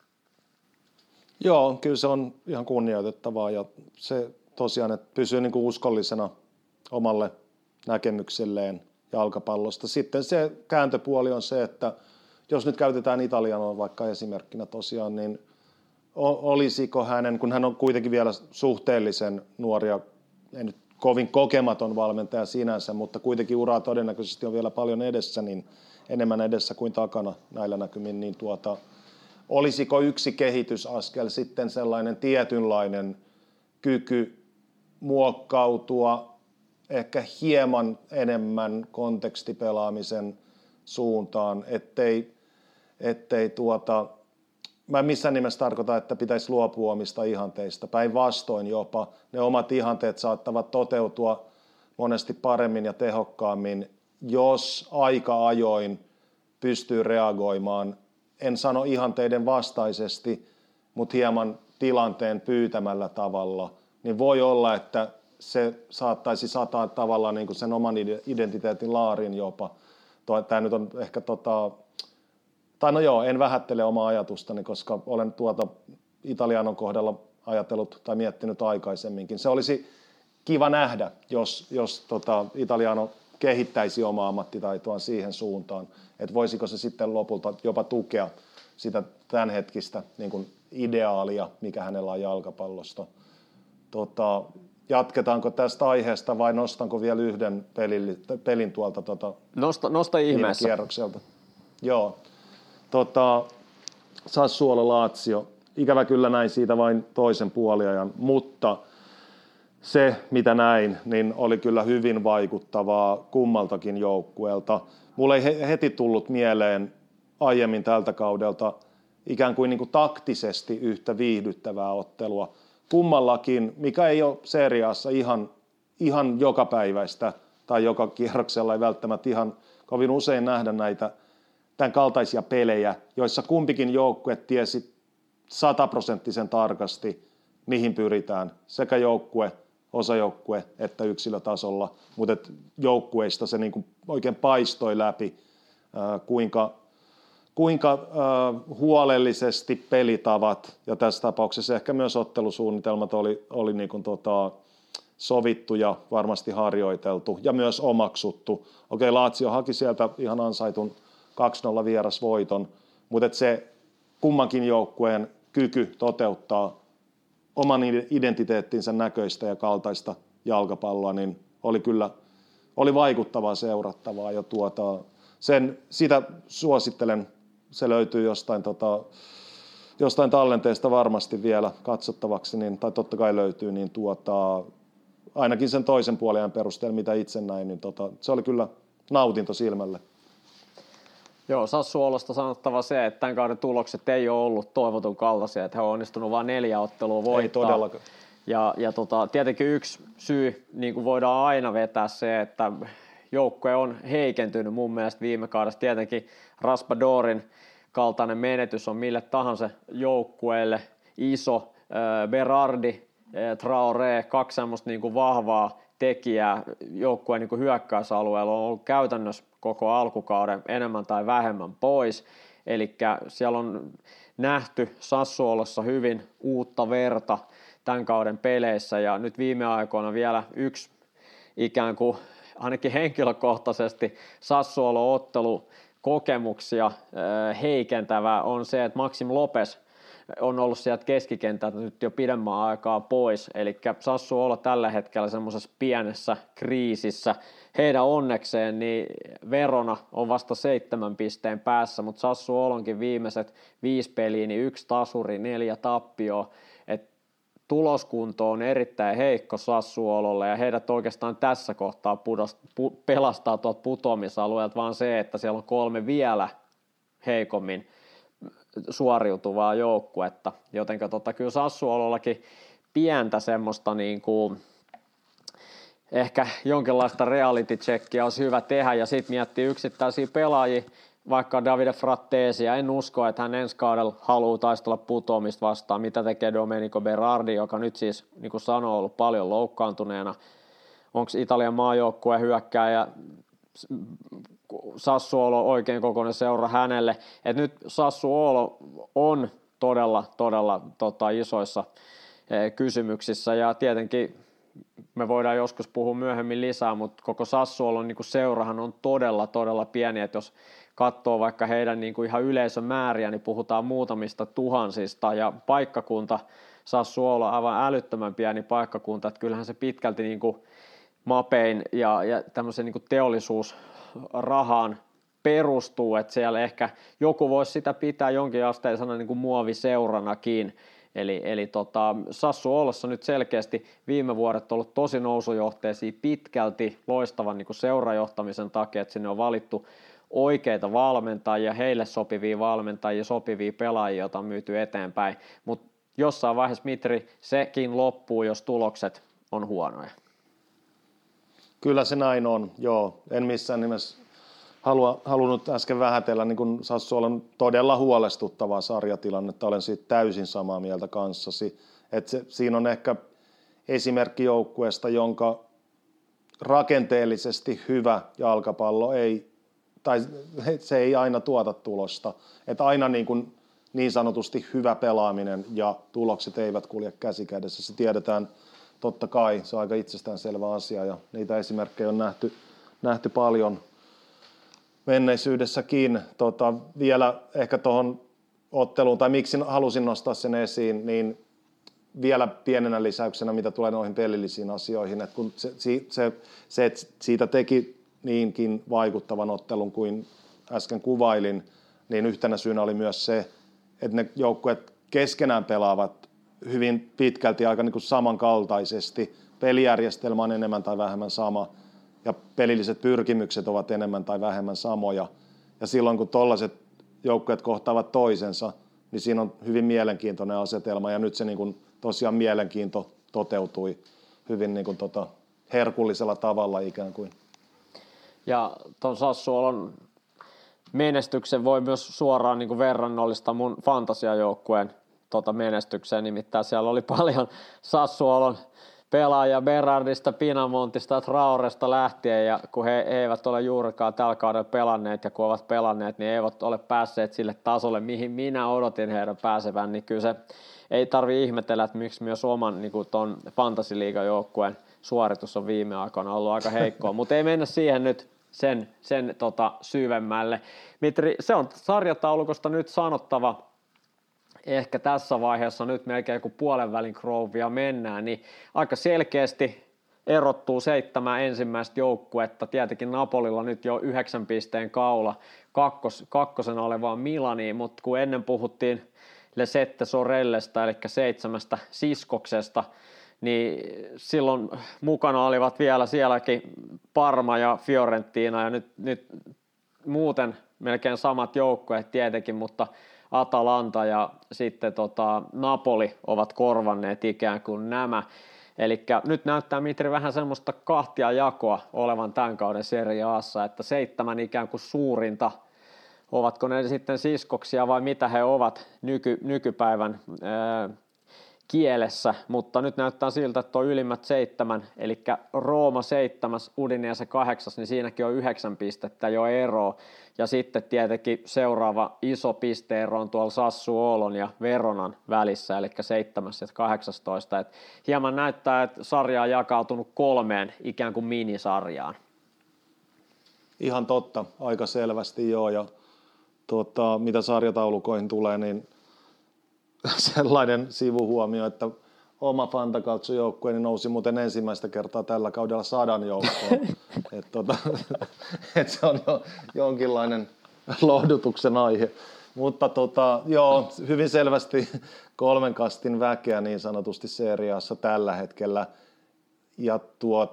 Joo, kyllä se on ihan kunnioitettavaa ja se tosiaan, että pysyy niin kuin uskollisena omalle näkemykselleen jalkapallosta. Sitten se kääntöpuoli on se, että jos nyt käytetään Italianoa vaikka esimerkkinä tosiaan, niin olisiko hänen, kun hän on kuitenkin vielä suhteellisen nuoria, ei nyt kovin kokematon valmentaja sinänsä, mutta kuitenkin uraa todennäköisesti on vielä paljon edessä, niin enemmän edessä kuin takana näillä näkymin, niin olisiko yksi kehitysaskel sitten sellainen tietynlainen kyky muokkautua ehkä hieman enemmän kontekstipelaamisen suuntaan, ettei mä en missään nimessä tarkoita, että pitäisi luopua omista ihanteista. Päinvastoin jopa ne omat ihanteet saattavat toteutua monesti paremmin ja tehokkaammin, jos aika ajoin pystyy reagoimaan, en sano ihanteiden vastaisesti, mutta hieman tilanteen pyytämällä tavalla, niin voi olla, että se saattaisi sataa tavallaan niin kuin sen oman identiteetin laarin jopa. Tämä nyt on ehkä en vähättele omaa ajatustani, koska olen Italianon kohdalla ajatellut tai miettinyt aikaisemminkin. Se olisi kiva nähdä, jos Italiano kehittäisi omaa ammattitaitoaan siihen suuntaan, että voisiko se sitten lopulta jopa tukea sitä tämänhetkistä niin kuin ideaalia, mikä hänellä on jalkapallosta. Jatketaanko tästä aiheesta vai nostanko vielä yhden pelin tuolta Nosta ihmeessä. Kierrokselta? Joo. Sassuolo Lazio. Ikävä kyllä näin siitä vain toisen puoliajan, mutta se mitä näin, niin oli kyllä hyvin vaikuttavaa kummaltakin joukkueelta. Mulle ei heti tullut mieleen aiemmin tältä kaudelta ikään kuin taktisesti yhtä viihdyttävää ottelua. Kummallakin, mikä ei ole seriassa ihan jokapäiväistä tai joka kierroksella ei välttämättä ihan kovin usein nähdä näitä tämän kaltaisia pelejä, joissa kumpikin joukkue tiesi 100% tarkasti, mihin pyritään, sekä osajoukkue että yksilötasolla, mutta joukkueista se niin kuin oikein paistoi läpi, kuinka huolellisesti pelitavat ja tässä tapauksessa ehkä myös ottelusuunnitelmat oli niin kuin sovittu ja varmasti harjoiteltu ja myös omaksuttu. Okei, Lazio haki sieltä ihan ansaitun 2-0 vierasvoiton, mutta se kummankin joukkueen kyky toteuttaa oman identiteettinsä näköistä ja kaltaista jalkapalloa, niin oli vaikuttavaa seurattavaa ja sitä suosittelen, se löytyy jostain tallenteesta varmasti vielä katsottavaksi, tai totta kai löytyy, niin ainakin sen toisen puolen perusteella, mitä itse näin, niin se oli kyllä nautinto silmälle. Joo, Sassuolosta sanottava se, että tämän kauden tulokset ei ole ollut toivotun kaltaisia, että he on onnistunut vain 4 ottelua voittaa. Ei todellakaan. Ja tietenkin yksi syy, niin kuin voidaan aina vetää se, että joukkue on heikentynyt mun mielestä viime kaudesta. Tietenkin Raspadorin kaltainen menetys on mille tahansa joukkueelle iso. Berardi, Traoré, 2 semmoista niin kuin vahvaa tekijää joukkueen niin kuin hyökkäysalueella on ollut käytännössä koko alkukauden enemmän tai vähemmän pois. Eli siellä on nähty Sassuolossa hyvin uutta verta tämän kauden peleissä ja nyt viime aikoina vielä yksi ikään kuin ainakin henkilökohtaisesti Sassuolo-ottelu kokemuksia heikentävä on se, että Maxim Lopez on ollut sieltä keskikentältä nyt jo pidemmän aikaa pois, eli Sassuolo tällä hetkellä semmoisessa pienessä kriisissä. Heidän onnekseen niin Verona on vasta 7 pisteen päässä, mutta Sassuolonkin viimeiset 5 peliä, niin 1 tasuri, 4 tappioa. Tuloskunto on erittäin heikko Sassuololle ja heidät oikeastaan tässä kohtaa pelastaa tuolta putoamisalueelta, vaan se, että siellä on 3 vielä heikommin suoriutuvaa joukkuetta, jotenka kyllä Sassuolollakin pientä semmoista niin kuin ehkä jonkinlaista reality checkia olisi hyvä tehdä ja sitten miettiä yksittäisiä pelaajia, vaikka Davide Frattesia, en usko, että hän ensi kaudella haluaa taistella putoamista vastaan, mitä tekee Domenico Berardi, joka nyt siis, niin kuin sanoin, on ollut paljon loukkaantuneena. Onko Italian maajoukkueen hyökkääjä Sassuolo oikein kokoinen seura hänelle. Et nyt Sassuolo on todella isoissa kysymyksissä ja tietenkin me voidaan joskus puhua myöhemmin lisää, mutta koko Sassuolon niin seurahan on todella pieni, että jos katsoo vaikka heidän niin kuin ihan yleisömääriä, niin puhutaan muutamista tuhansista ja paikkakunta Sassuolo on aivan älyttömän pieni paikkakunta, että kyllähän se pitkälti niin kuin mapein ja tämmöisen niin kuin teollisuusrahaan perustuu, että siellä ehkä joku voisi sitä pitää jonkin asteisena niin kuin muoviseuranakin. Eli Sassuolossa nyt selkeästi viime vuodet on ollut tosi nousujohteisia pitkälti loistavan niin kuin seurajohtamisen takia, että sinne on valittu oikeita valmentajia, heille sopivia valmentajia, sopivia pelaajia, joita on myyty eteenpäin, mutta jossain vaiheessa, Mitri, sekin loppuu, jos tulokset on huonoja. Kyllä se näin on, joo. En missään nimessä halunnut äsken vähätellä niin kuin Sassuolon todella huolestuttavaa sarjatilannetta. Olen siitä täysin samaa mieltä kanssasi. Siinä on ehkä esimerkki joukkueesta, jonka rakenteellisesti hyvä jalkapallo se ei aina tuota tulosta. Että aina niin sanotusti hyvä pelaaminen ja tulokset eivät kulje käsi kädessä. Se tiedetään totta kai, se on aika itsestäänselvä asia ja niitä esimerkkejä on nähty paljon menneisyydessäkin. Vielä ehkä tuohon otteluun, tai miksi halusin nostaa sen esiin, niin vielä pienenä lisäyksenä, mitä tulee noihin pelillisiin asioihin, että kun se siitä teki niinkin vaikuttavan ottelun kuin äsken kuvailin, niin yhtenä syynä oli myös se, että ne joukkueet keskenään pelaavat hyvin pitkälti aika niin kuin samankaltaisesti. Pelijärjestelmä on enemmän tai vähemmän sama ja pelilliset pyrkimykset ovat enemmän tai vähemmän samoja. Ja silloin kun tollaiset joukkueet kohtaavat toisensa, niin siinä on hyvin mielenkiintoinen asetelma ja nyt se niin kuin tosiaan mielenkiinto toteutui hyvin niin kuin herkullisella tavalla ikään kuin. Ja tuon Sassuolon menestyksen voi myös suoraan niin kuin verrannollista mun fantasiajoukkueen menestykseen, nimittäin siellä oli paljon Sassuolon pelaajia Berardista, Pinamontista, Traoresta lähtien, ja kun he eivät ole juurikaan tällä kaudella pelanneet, ja kun ovat pelanneet, niin eivät ole päässeet sille tasolle, mihin minä odotin heidän pääsevän, niin kyllä se ei tarvitse ihmetellä, että miksi myös oman niin ton Fantasy-liigan joukkueen suoritus on viime aikoina ollut aika heikkoa, mutta ei mennä siihen nyt sen syvemmälle. Mitri, se on sarjataulukosta nyt sanottava, ehkä tässä vaiheessa nyt melkein kun puolen välin Grovea mennään, niin aika selkeästi erottuu 7 ensimmäistä joukkuetta. Tietenkin Napolilla nyt jo 9 pisteen kaula kakkosena olevaan Milaniin, mutta kun ennen puhuttiin Le Sette Sorellesta, eli 7 siskoksesta, niin silloin mukana olivat vielä sielläkin Parma ja Fiorentina, ja nyt muuten melkein samat joukkueet tietenkin, mutta Atalanta ja sitten Napoli ovat korvanneet ikään kuin nämä. Eli nyt näyttää Mitri vähän semmoista kahtia jakoa olevan tämän kauden Serie A:ssa, että 7 ikään kuin suurinta, ovatko ne sitten siskoksia vai mitä he ovat nykypäivän kielessä, mutta nyt näyttää siltä, että tuo ylimmät 7, eli Rooma 7, Udinese 8, niin siinäkin on 9 pistettä jo eroa, ja sitten tietenkin seuraava iso pisteero on tuolla Sassuolon ja Veronan välissä, eli 7 ja 18, et hieman näyttää, että sarja on jakautunut 3 ikään kuin minisarjaan. Ihan totta, aika selvästi joo, ja mitä sarjataulukoihin tulee, niin sellainen sivuhuomio, että oma Fantacalcio-joukkueeni nousi muuten ensimmäistä kertaa tällä kaudella 100 joukkoon. Se on jo jonkinlainen lohdutuksen aihe. Mutta joo, hyvin selvästi 3 kastin väkeä niin sanotusti Serie A:ssa tällä hetkellä. Ja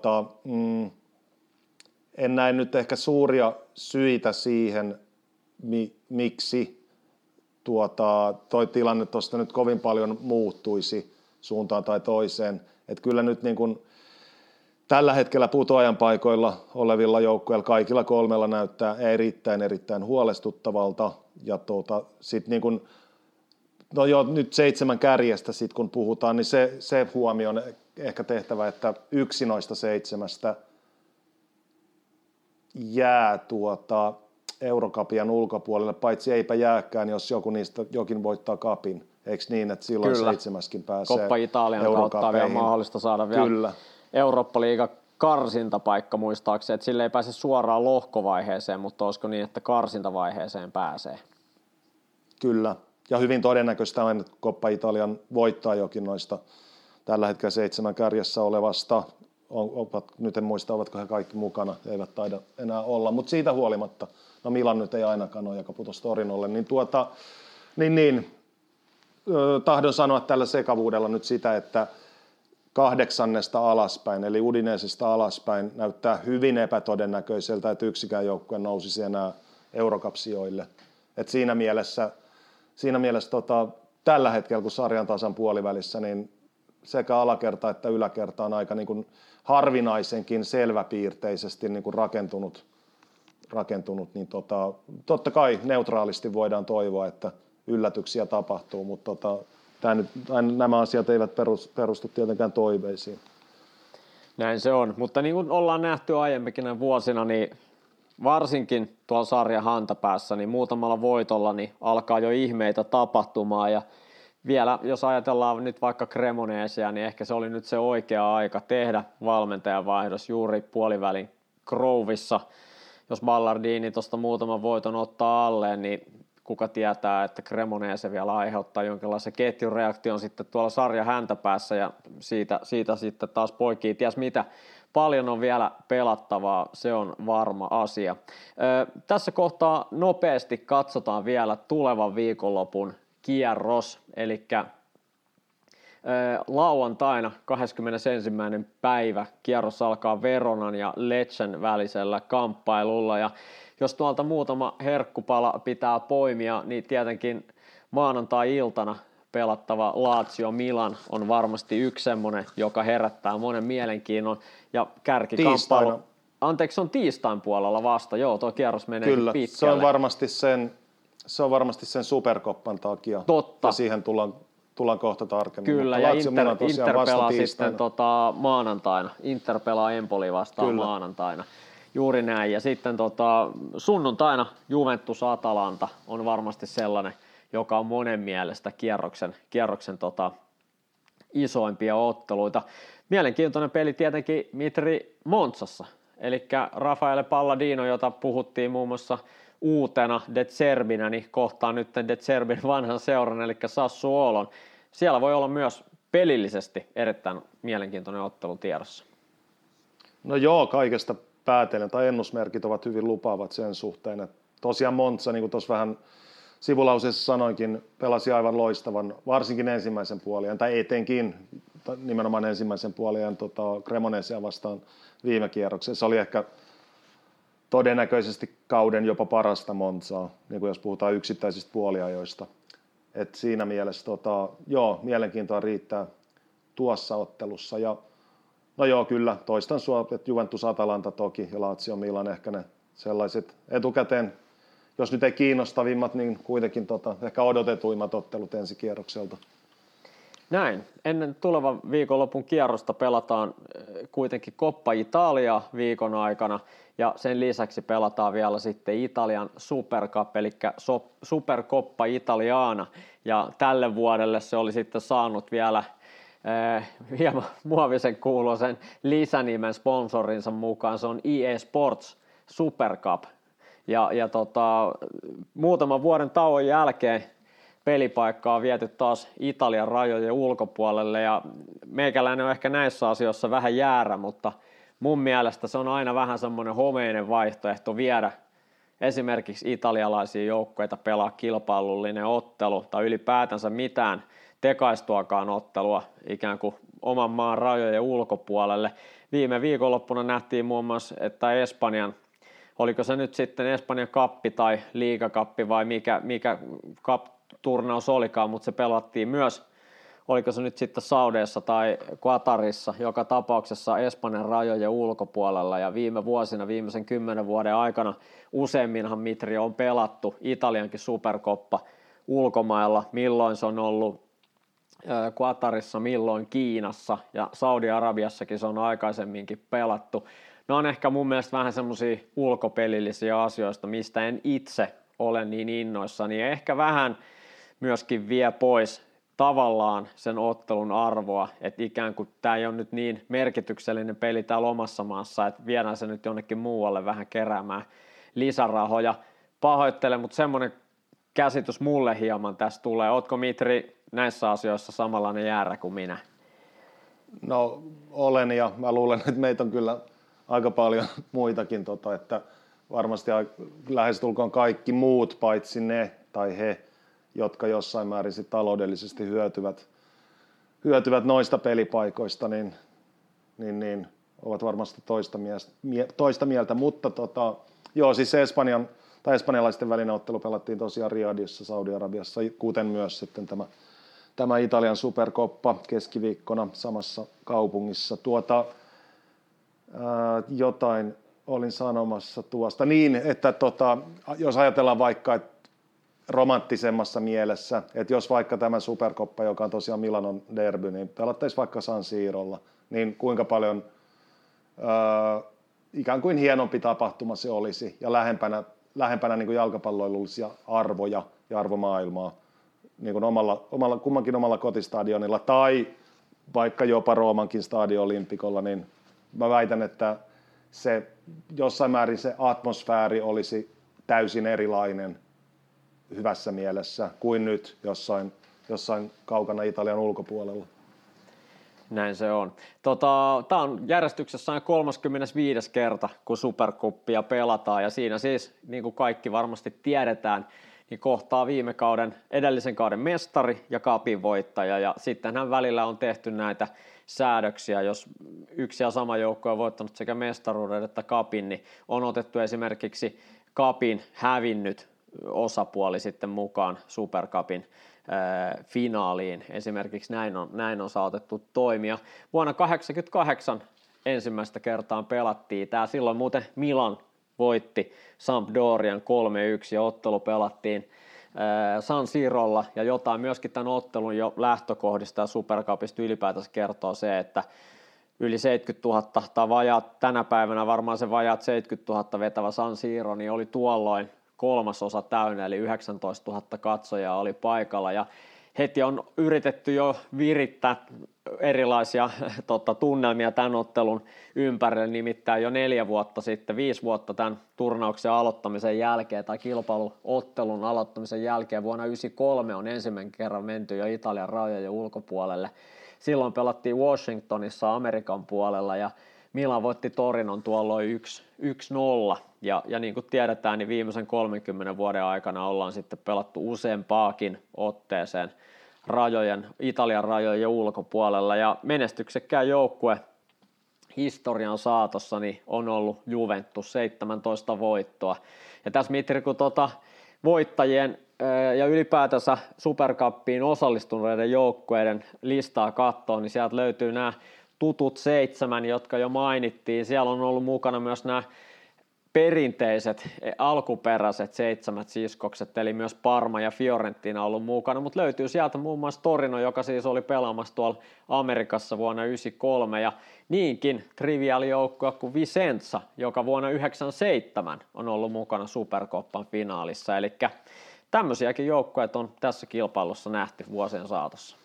en näe nyt ehkä suuria syitä siihen, miksi toi tilanne tuosta nyt kovin paljon muuttuisi suuntaan tai toiseen. Että kyllä nyt niin kuin tällä hetkellä putoajan paikoilla olevilla joukkueilla kaikilla 3 näyttää erittäin huolestuttavalta. Ja sit niin kuin, no joo, nyt 7 kärjestä sit kun puhutaan, niin se huomio on ehkä tehtävä, että yksi noista 7 jää Eurocapian ulkopuolelle, paitsi eipä jääkään, jos jokin voittaa kapin. Eikö niin, että silloin Kyllä. 7 pääsee Koppa Italian kautta on vielä mahdollista saada vielä Kyllä. Eurooppa-liigan karsintapaikka muistaakseni, että sille ei pääse suoraan lohkovaiheeseen, mutta olisiko niin, että karsintavaiheeseen pääsee? Kyllä, ja hyvin todennäköistä on, että Koppa Italian voittaa jokin noista tällä hetkellä 7 kärjessä olevasta. Nyt en muista, ovatko he kaikki mukana, eivät taida enää olla, mutta siitä huolimatta, no Milan nyt ei ainakaan ole, joka putosi Torinolle, niin tahdon sanoa tällä sekavuudella nyt sitä, että 8 alaspäin, eli Udinesesta alaspäin, näyttää hyvin epätodennäköiseltä, että yksikään joukkue nousisi enää Eurocup-sijoille. Et siinä mielessä tällä hetkellä, kun sarjan tasan puolivälissä, niin sekä alakerta että yläkerta on aika niin kuin harvinaisenkin selväpiirteisesti niin kuin rakentunut, niin totta kai neutraalisti voidaan toivoa, että yllätyksiä tapahtuu, mutta nämä asiat eivät perustu tietenkään toiveisiin. Näin se on, mutta niin kuin ollaan nähty aiemminkin vuosina, niin varsinkin tuolla sarjan hantapäässä, niin muutamalla voitolla niin alkaa jo ihmeitä tapahtumaan, ja vielä, jos ajatellaan nyt vaikka Cremonesia, niin ehkä se oli nyt se oikea aika tehdä valmentajanvaihdos juuri puolivälin Grovessa. Jos Ballardini tuosta muutaman voiton ottaa alleen, niin kuka tietää, että Cremonese vielä aiheuttaa jonkinlaisen ketjureaktion sitten tuolla sarjan häntäpäässä, ja siitä sitten taas poikii ties mitä. Paljon on vielä pelattavaa, se on varma asia. Tässä kohtaa nopeasti katsotaan vielä tulevan viikonlopun kierros, eli lauantaina 21. päivä kierros alkaa Veronan ja Leccen välisellä kamppailulla, ja jos tuolta muutama herkkupala pitää poimia, niin tietenkin maanantai-iltana pelattava Lazio Milan on varmasti yksi semmoinen, joka herättää monen mielenkiinnon, ja kärkikamppailu. Anteeksi, se on tiistain puolella vasta, joo, tuo kierros menee Kyllä, pitkälle. se on varmasti sen superkoppan takia. Totta. Ja siihen tullaan kohta tarkemmin. Kyllä, ja Inter pelaa sitten maanantaina. Inter pelaa Empoli vastaan Kyllä. maanantaina. Juuri näin. Ja sitten sunnuntaina Juventus Atalanta on varmasti sellainen, joka on monen mielestä kierroksen isoimpia otteluita. Mielenkiintoinen peli tietenkin Mitri Monzassa. eli Rafaele Palladino, jota puhuttiin muun muassa uutena De Zerbinä, niin kohtaa nyt De Zerbin vanhan seuran, eli Sassuolon. Siellä voi olla myös pelillisesti erittäin mielenkiintoinen ottelu tiedossa. No joo, kaikesta päätellen, tai ennusmerkit ovat hyvin lupaavat sen suhteen, että tosiaan Monza, niin kuin tuossa vähän sivulauseessa sanoinkin, pelasi aivan loistavan, varsinkin ensimmäisen puoliajan, tai etenkin nimenomaan ensimmäisen puoliajan Cremonesia vastaan viime kierroksessa. Se oli ehkä todennäköisesti kauden jopa parasta Monzaa, niin kuin jos puhutaan yksittäisistä puoliajoista. Et siinä mielessä joo, mielenkiintoa riittää tuossa ottelussa. Ja, no joo, kyllä, toistan sua, että Juventus Atalanta toki ja Lazio Milan ehkä ne sellaiset etukäteen, jos nyt ei kiinnostavimmat, niin kuitenkin ehkä odotetuimmat ottelut ensikierrokselta. Näin. Ennen tulevan viikonlopun kierrosta pelataan kuitenkin Coppa Italia viikon aikana ja sen lisäksi pelataan vielä sitten Italian Super Cup eli Supercoppa Italiana ja tälle vuodelle se oli sitten saanut vielä hieman muovisen kuuloisen lisänimen sponsorinsa mukaan. Se on EA Sports Super Cup ja muutaman vuoden tauon jälkeen pelipaikkaa on viety taas Italian rajojen ulkopuolelle ja meikäläinen on ehkä näissä asioissa vähän jäärä, mutta mun mielestä se on aina vähän semmoinen homeinen vaihtoehto viedä esimerkiksi italialaisia joukkueita pelaa kilpailullinen ottelu tai ylipäätänsä mitään tekaistuakaan ottelua ikään kuin oman maan rajojen ulkopuolelle. Viime viikonloppuna nähtiin muun muassa, että Espanjan, oliko se nyt sitten Espanjan kappi tai liigakappi vai mikä turnaus olikaan, mutta se pelattiin myös, oliko se nyt sitten Saudeissa tai Qatarissa, joka tapauksessa Espanjan rajojen ulkopuolella ja viime vuosina, viimeisen 10 vuoden aikana useimminhan Mitri on pelattu Italiankin superkoppa ulkomailla, milloin se on ollut Qatarissa, milloin Kiinassa ja Saudi-Arabiassakin se on aikaisemminkin pelattu. Ne on ehkä mun mielestä vähän semmoisia ulkopelillisiä asioista, mistä en itse ole niin innoissani ja ehkä vähän myöskin vie pois tavallaan sen ottelun arvoa, että ikään kuin tämä ei ole nyt niin merkityksellinen peli täällä omassa maassa, että viedään se nyt jonnekin muualle vähän keräämään lisärahoja. Pahoittelen, mutta semmoinen käsitys mulle hieman tässä tulee. Ootko Mitri näissä asioissa samanlainen jäärä kuin minä? No olen ja mä luulen, että meitä on kyllä aika paljon muitakin, että varmasti lähestulkoon kaikki muut paitsi ne tai he, jotka jossain määrin sit taloudellisesti hyötyvät noista pelipaikoista, niin ovat varmasti toista mieltä, mutta joo, siis espanjalaisten välinen ottelu pelattiin tosiaan Riyadhissa, Saudi-Arabiassa, kuten myös sitten tämä Italian superkoppa keskiviikkona samassa kaupungissa. Jotain olin sanomassa tuosta, niin että jos ajatellaan vaikka, että romanttisemmassa mielessä, että jos vaikka tämä superkoppa, joka on tosiaan Milanon derby, niin pelattaisiin vaikka San Sirolla, niin kuinka paljon ikään kuin hienompi tapahtuma se olisi ja lähempänä niin kuin jalkapalloilullisia arvoja ja arvomaailmaa niin kuin kummankin omalla kotistadionilla tai vaikka jopa Roomankin Stadio Olimpikolla, niin mä väitän, että se jossain määrin se atmosfääri olisi täysin erilainen hyvässä mielessä kuin nyt jossain kaukana Italian ulkopuolella. Näin se on. Tämä on järjestyksessä 35. kerta, kun Supercuppia pelataan ja siinä siis, niin kuin kaikki varmasti tiedetään, niin kohtaa edellisen kauden mestari ja cupin voittaja ja sittenhän välillä on tehty näitä säädöksiä, jos yksi ja sama joukko on voittanut sekä mestaruuden että cupin, niin on otettu esimerkiksi cupin hävinnyt osapuoli sitten mukaan Supercupin finaaliin. Esimerkiksi näin on saatettu toimia. Vuonna 1988 ensimmäistä kertaa pelattiin tämä. Silloin muuten Milan voitti Sampdorian 3-1 ja ottelu pelattiin San Sirolla ja jotain myöskin tämän ottelun jo lähtökohdista ja Supercupista ylipäätänsä kertoo se, että yli 70 000 tai tänä päivänä varmaan se vajaat 70 000 vetävä San Siro, niin oli tuolloin 1/3 täynnä, eli 19 000 katsojaa oli paikalla ja heti on yritetty jo virittää erilaisia tunnelmia tämän ottelun ympärille, nimittäin jo 4 vuotta sitten, 5 vuotta tämän turnauksen aloittamisen jälkeen tai kilpailuottelun aloittamisen jälkeen vuonna 1993 on ensimmäinen kerran menty jo Italian rajojen ulkopuolelle. Silloin pelattiin Washingtonissa Amerikan puolella ja Milan voitti Torinon tuolloin 1-0 ja niin kuin tiedetään, niin viimeisen 30 vuoden aikana ollaan sitten pelattu useampaakin otteeseen Italian rajojen ulkopuolella ja menestyksekkään joukkue historian saatossa niin on ollut Juventus, 17 voittoa. Ja tässä Mitri, kun voittajien ja ylipäätänsä Supercuppiin osallistuneiden joukkueiden listaa katsoo, niin sieltä löytyy nämä tutut 7, jotka jo mainittiin. Siellä on ollut mukana myös nämä perinteiset, alkuperäiset 7 siskokset, eli myös Parma ja Fiorentina on ollut mukana, mutta löytyy sieltä muun muassa Torino, joka siis oli pelaamassa tuolla Amerikassa vuonna 1993, ja niinkin triviaalijoukkue kuin Vicenza, joka vuonna 1997 on ollut mukana Supercoppan finaalissa, eli tämmöisiäkin joukkueita on tässä kilpailussa nähty vuosien saatossa.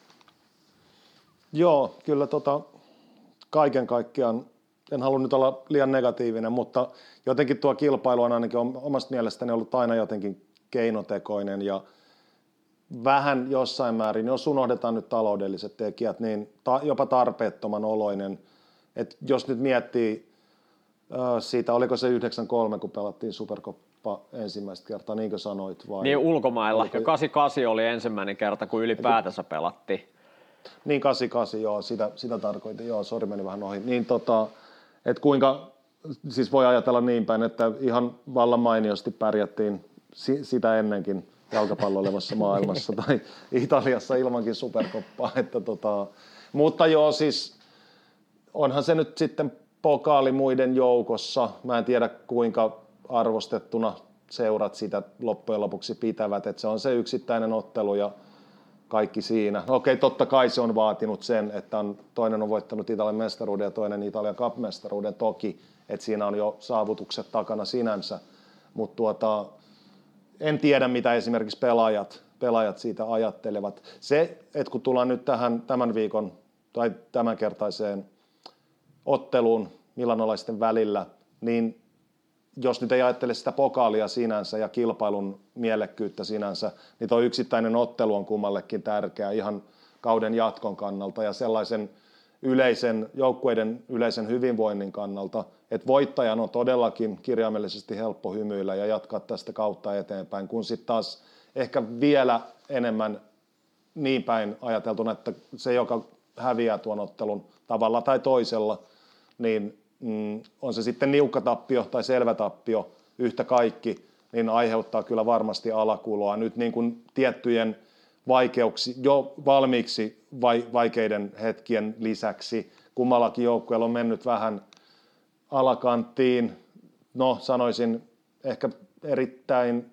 Joo, kyllä kaiken kaikkiaan, en halua nyt olla liian negatiivinen, mutta jotenkin tuo kilpailu on ainakin omasta mielestäni ollut aina jotenkin keinotekoinen ja vähän jossain määrin, jos unohdetaan nyt taloudelliset tekijät, niin jopa tarpeettoman oloinen. Et jos nyt miettii siitä, oliko se 93, kun pelattiin Supercoppa ensimmäistä kertaa, niin kuin sanoit? Vai? Niin ulkomailla, ja 88 oli ensimmäinen kerta, kun ylipäätänsä pelattiin. Niin 88, joo, sitä tarkoitin, joo, sori meni vähän ohi. Niin että kuinka, siis voi ajatella niin päin, että ihan vallan mainiosti pärjättiin sitä ennenkin jalkapalloilevassa maailmassa tai Italiassa ilmankin Supercoppaa, että mutta joo, siis onhan se nyt sitten pokaali muiden joukossa, mä en tiedä kuinka arvostettuna seurat sitä loppujen lopuksi pitävät, että se on se yksittäinen ottelu ja kaikki siinä. Okei, totta kai se on vaatinut sen, että toinen on voittanut Italian mestaruuden ja toinen Italian Cup-mestaruuden toki, että siinä on jo saavutukset takana sinänsä, mutta en tiedä, mitä esimerkiksi pelaajat siitä ajattelevat. Se, että kun tullaan nyt tämän viikon tai tämänkertaiseen otteluun milanolaisten välillä, niin jos nyt ei ajattele sitä pokaalia sinänsä ja kilpailun mielekkyyttä sinänsä, niin tuo yksittäinen ottelu on kummallekin tärkeä ihan kauden jatkon kannalta ja sellaisen joukkueiden yleisen hyvinvoinnin kannalta, että voittajan on todellakin kirjaimellisesti helppo hymyillä ja jatkaa tästä kautta eteenpäin, kun sitten taas ehkä vielä enemmän niin päin ajateltuna, että se, joka häviää tuon ottelun tavalla tai toisella, niin on se sitten niukka tappio tai selvä tappio, yhtä kaikki, niin aiheuttaa kyllä varmasti alakuloa. Nyt niin kuin tiettyjen jo valmiiksi vaikeiden hetkien lisäksi kummallakin joukkueella on mennyt vähän alakanttiin. No sanoisin ehkä erittäin,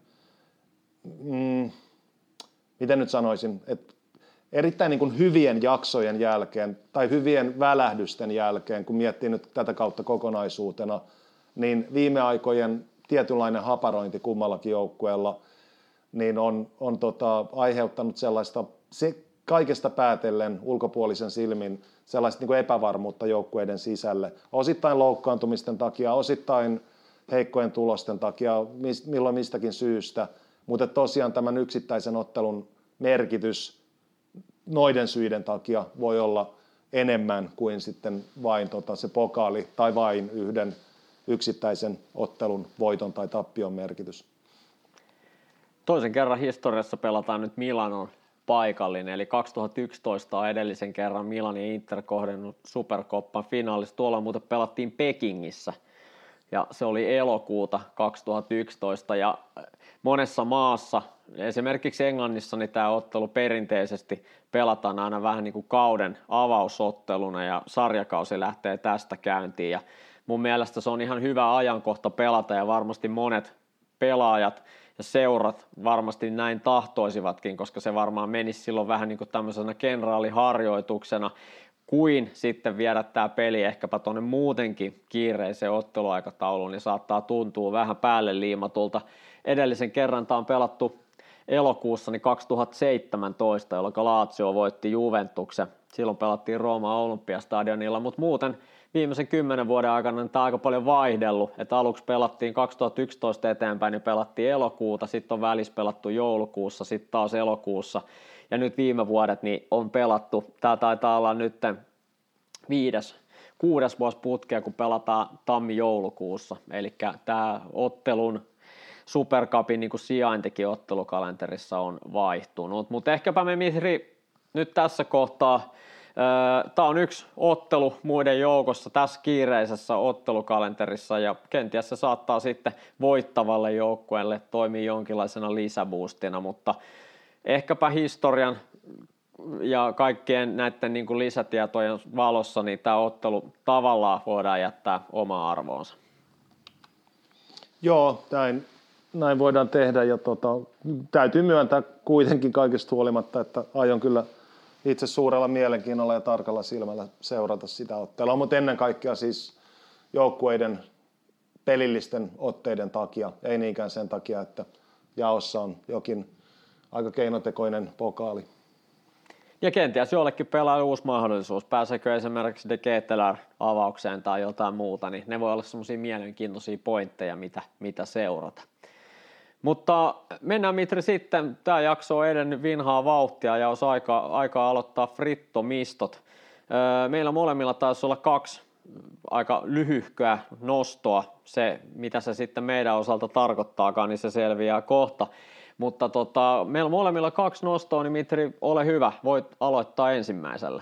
miten nyt sanoisin, että erittäin niin kuin hyvien jaksojen jälkeen tai hyvien välähdysten jälkeen, kun miettii nyt tätä kautta kokonaisuutena, niin viime aikojen tietynlainen haparointi kummallakin joukkueella niin on aiheuttanut sellaista kaikesta päätellen ulkopuolisen silmin sellaista niin kuin epävarmuutta joukkueiden sisälle. Osittain loukkaantumisten takia, osittain heikkojen tulosten takia, milloin mistäkin syystä, mutta tosiaan tämän yksittäisen ottelun merkitys noiden syiden takia voi olla enemmän kuin sitten vain se pokaali tai vain yhden yksittäisen ottelun voiton tai tappion merkitys. Toisen kerran historiassa pelataan nyt Milanon paikallinen, eli 2011 on edellisen kerran Milan ja Inter kohdennut Supercoppan finaalissa. Tuolla muuten pelattiin Pekingissä ja se oli elokuuta 2011 ja monessa maassa, esimerkiksi Englannissa, niin tämä ottelu perinteisesti pelataan aina vähän niin kuin kauden avausotteluna ja sarjakausi lähtee tästä käyntiin ja mun mielestä se on ihan hyvä ajankohta pelata ja varmasti monet pelaajat ja seurat varmasti näin tahtoisivatkin, koska se varmaan menisi silloin vähän niin kuin tämmöisenä kenraaliharjoituksena, kuin sitten viedä tämä peli ehkäpä tuonne muutenkin kiireiseen otteluaikatauluun, niin saattaa tuntua vähän päälle liimatulta. Edellisen kerran tämä on pelattu elokuussa niin 2017, jolloin Lazio voitti Juventuksen. Silloin pelattiin Rooman Olympiastadionilla, mutta muuten viimeisen 10 vuoden aikana niin tämä on aika paljon vaihdellut. Että aluksi pelattiin 2011 eteenpäin, niin pelattiin elokuuta, sitten on välissä pelattu joulukuussa, sitten taas elokuussa. Ja nyt viime vuodet niin on pelattu. Tämä taitaa olla nyt 6. vuosi putkea, kun pelataan tammi-joulukuussa. Eli tämä ottelun Super Cupin niin kuin sijaintikin ottelukalenterissa on vaihtunut. Mutta ehkäpä me, Mitri, nyt tässä kohtaa, tämä on yksi ottelu muiden joukossa tässä kiireisessä ottelukalenterissa, ja kenties se saattaa sitten voittavalle joukkueelle toimia jonkinlaisena lisäboostina, mutta ehkäpä historian ja kaikkien näiden niin kuin lisätietojen valossa niin tämä ottelu tavallaan voidaan jättää oma arvoonsa. Joo, näin voidaan tehdä, ja täytyy myöntää kuitenkin kaikista huolimatta, että aion kyllä itse suurella mielenkiinnolla ja tarkalla silmällä seurata sitä ottelua, mutta ennen kaikkea siis joukkueiden pelillisten otteiden takia, ei niinkään sen takia, että jaossa on jokin aika keinotekoinen pokaali. Ja kenties jollekin pelaa uusi mahdollisuus, pääseekö esimerkiksi De Ketelaere avaukseen tai jotain muuta, niin ne voi olla semmoisia mielenkiintoisia pointteja, mitä seurata. Mutta mennään, Mitri, sitten. Tämä jakso on edennyt vinhaa vauhtia ja olisi aika aloittaa frittomistot. Meillä molemmilla taisi olla 2 aika lyhyhköä nostoa. Se, mitä se sitten meidän osalta tarkoittaakaan, niin se selviää kohta. Mutta meillä molemmilla 2 nostoa, niin Mitri, ole hyvä. Voit aloittaa ensimmäisellä.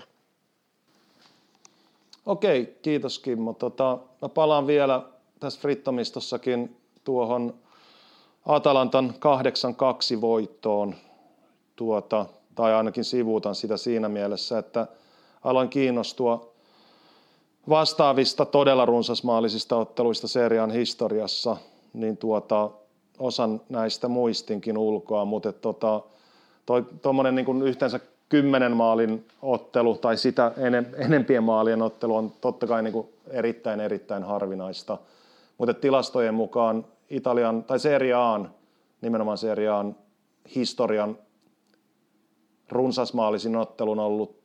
Okei, kiitos Kimmo. Mä palaan vielä tässä frittomistossakin tuohon Atalantan 8-2 voittoon, tai ainakin sivuutan sitä siinä mielessä, että aloin kiinnostua vastaavista todella runsasmaalisista otteluista serian historiassa, niin osan näistä muistinkin ulkoa, mutta tuommoinen niin kuin yhteensä 10 maalin ottelu tai sitä enempien maalien ottelu on totta kai niin kuin erittäin harvinaista, mutta tilastojen mukaan Italian tai Serie A:n, nimenomaan Serie A:n historian runsasmaalisin ottelu on ollut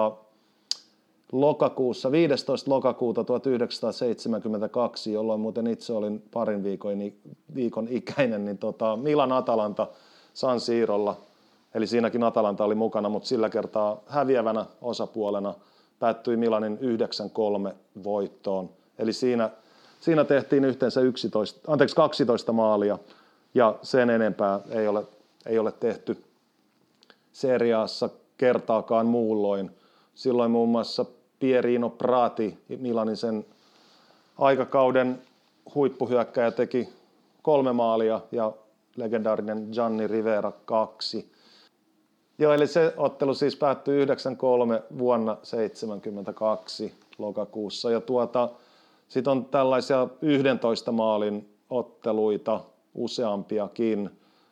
15. lokakuuta 1972, jolloin muuten itse olin parin viikon ikäinen, niin Milan Atalanta San Sirolla, eli siinäkin Atalanta oli mukana, mutta sillä kertaa häviävänä osapuolena päättyi Milanin 9-3 voittoon. Eli siinä tehtiin yhteensä 12 maalia, ja sen enempää ei ole tehty Serie A:ssa kertaakaan muulloin. Silloin muun muassa Pierino Prati, Milanin sen aikakauden huippuhyökkäjä, teki 3 maalia ja legendaarinen Gianni Rivera 2. Joo, eli se ottelu siis päättyi 9-3 vuonna 1972 lokakuussa. Ja sitten on tällaisia 11 maalin otteluita useampiakin.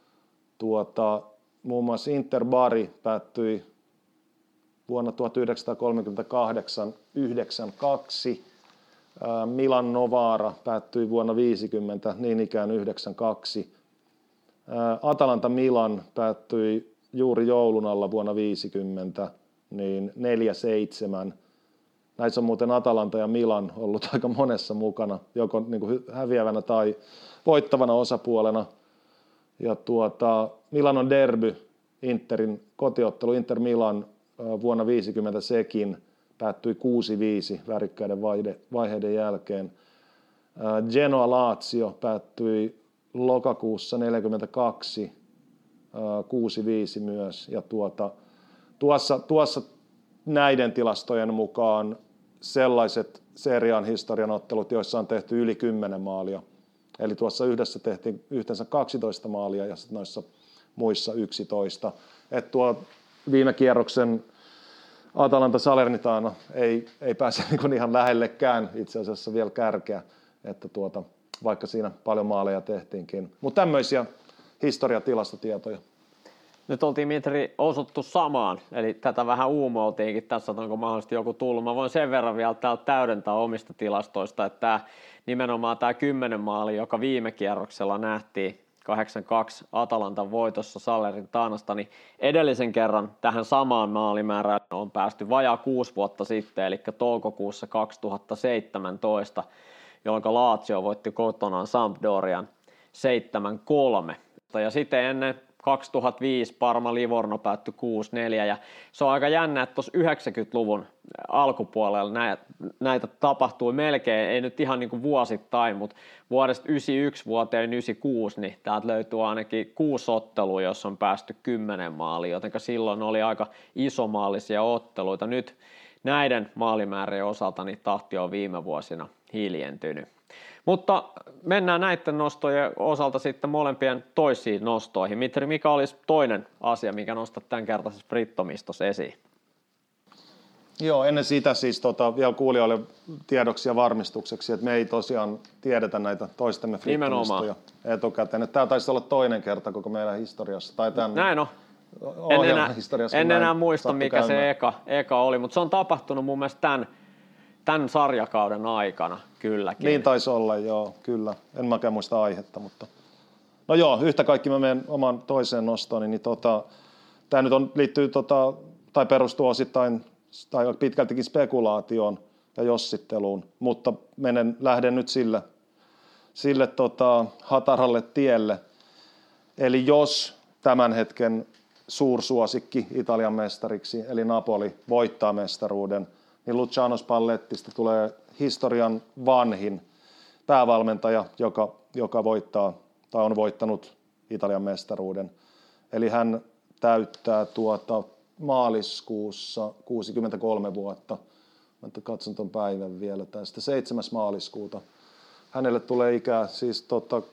Muun muassa Inter Bari päättyi vuonna 1938 9-2. Milan Novara päättyi vuonna 50, niin ikään 9-2. Atalanta Milan päättyi juuri joulun alla vuonna 50, niin 4-7. Näissä on muuten Atalanta ja Milan ollut aika monessa mukana, joko niin kuin häviävänä tai voittavana osapuolena. Ja Milanon derby, Interin kotiottelu Inter Milan vuonna 50 sekin päättyi 6-5 värikkäiden vaiheiden jälkeen. Genoa Lazio päättyi lokakuussa 42 6-5 myös. Ja tuossa näiden tilastojen mukaan sellaiset serian historian ottelut, joissa on tehty yli 10 maalia. Eli tuossa yhdessä tehtiin yhteensä 12 maalia ja sitten noissa muissa 11. Et tuo viime kierroksen Atalanta Salernitana ei pääse niin ihan lähellekään itse asiassa vielä kärkeä, että vaikka siinä paljon maaleja tehtiinkin. Mutta tämmöisiä historiatilastotietoja. Nyt oltiin, Mitri, osuttu samaan, eli tätä vähän uumoiltiinkin tässä, että onko mahdollisesti joku tullut. Mä voin sen verran vielä täältä täydentää omista tilastoista, että nimenomaan tämä 10 maali, joka viime kierroksella nähtiin 82 Atalantan voitossa Salernitaanasta, niin edellisen kerran tähän samaan maalimäärään on päästy vajaa 6 vuotta sitten, eli toukokuussa 2017, jolloin Lazio voitti kotonaan Sampdorian 7-3. Ja sitten ennen 2005 Parma Livorno päättyi 6-4, ja se on aika jännä, että tuossa 90-luvun alkupuolella näitä tapahtui melkein, ei nyt ihan niin kuin vuosittain, mutta vuodesta 91 vuoteen 96, niin täältä löytyy ainakin 6 ottelua, jossa on päästy 10 maaliin, joten silloin oli aika isomaalisia otteluita. Nyt näiden maalimäärien osalta niin tahti on viime vuosina hiljentynyt. Mutta mennään näiden nostojen osalta sitten molempien toisiin nostoihin. Mitri, mikä olisi toinen asia, mikä nostat tämän kertaisessa Brittomistossa esiin? Joo, ennen sitä siis vielä kuulijoille tiedoksi ja varmistukseksi, että me ei tosiaan tiedetä näitä toistemme Brittomistoja etukäteen. Tämä taisi olla toinen kerta koko meidän historiassa. Tai tämän näin on. En enää muista, mikä se eka oli, mutta se on tapahtunut mun mielestä tämän sarjakauden aikana kylläkin. Niin taisi olla, joo, kyllä. En mäkään muista aihetta, mutta... No joo, yhtä kaikki mä menen oman toiseen nostoon, niin tämä nyt liittyy tai perustuu osittain tai pitkältikin spekulaatioon ja jossitteluun, mutta lähden nyt sille hataralle tielle. Eli jos tämän hetken suursuosikki Italian mestariksi, eli Napoli, voittaa mestaruuden, niin Luciano Spallettista tulee historian vanhin päävalmentaja, joka voittaa tai on voittanut Italian mestaruuden. Eli hän täyttää maaliskuussa 63 vuotta. Mä katson tuon päivän vielä tästä. 7. maaliskuuta. Hänelle tulee ikää siis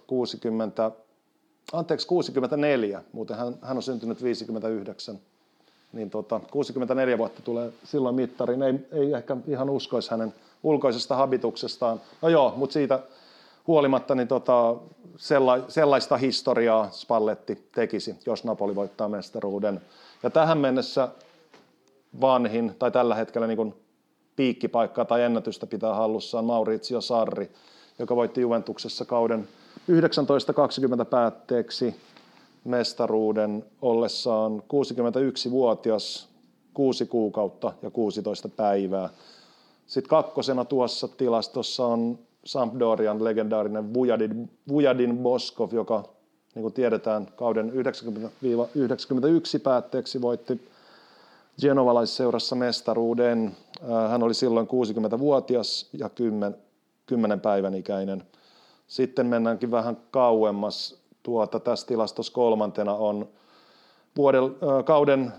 64, muuten hän on syntynyt 59. Niin 64 vuotta tulee silloin mittariin. Ei ehkä ihan uskoisi hänen ulkoisesta habituksestaan. No joo, mutta siitä huolimatta niin sellaista historiaa Spalletti tekisi, jos Napoli voittaa mestaruuden. Ja tähän mennessä vanhin, tai tällä hetkellä niin kuin piikkipaikkaa tai ennätystä pitää hallussaan Maurizio Sarri, joka voitti Juventuksessa kauden 19-20 päätteeksi mestaruuden ollessaan 61-vuotias, 6 kuukautta ja 16 päivää. Sitten kakkosena tuossa tilastossa on Sampdorian legendaarinen Vujadin Boskov, joka niin kuin tiedetään kauden 90-91 päätteeksi voitti genovalaisseurassa mestaruuden. Hän oli silloin 60-vuotias ja 10 päivän ikäinen. Sitten mennäänkin vähän kauemmas. Tässä tilastossa kolmantena on kauden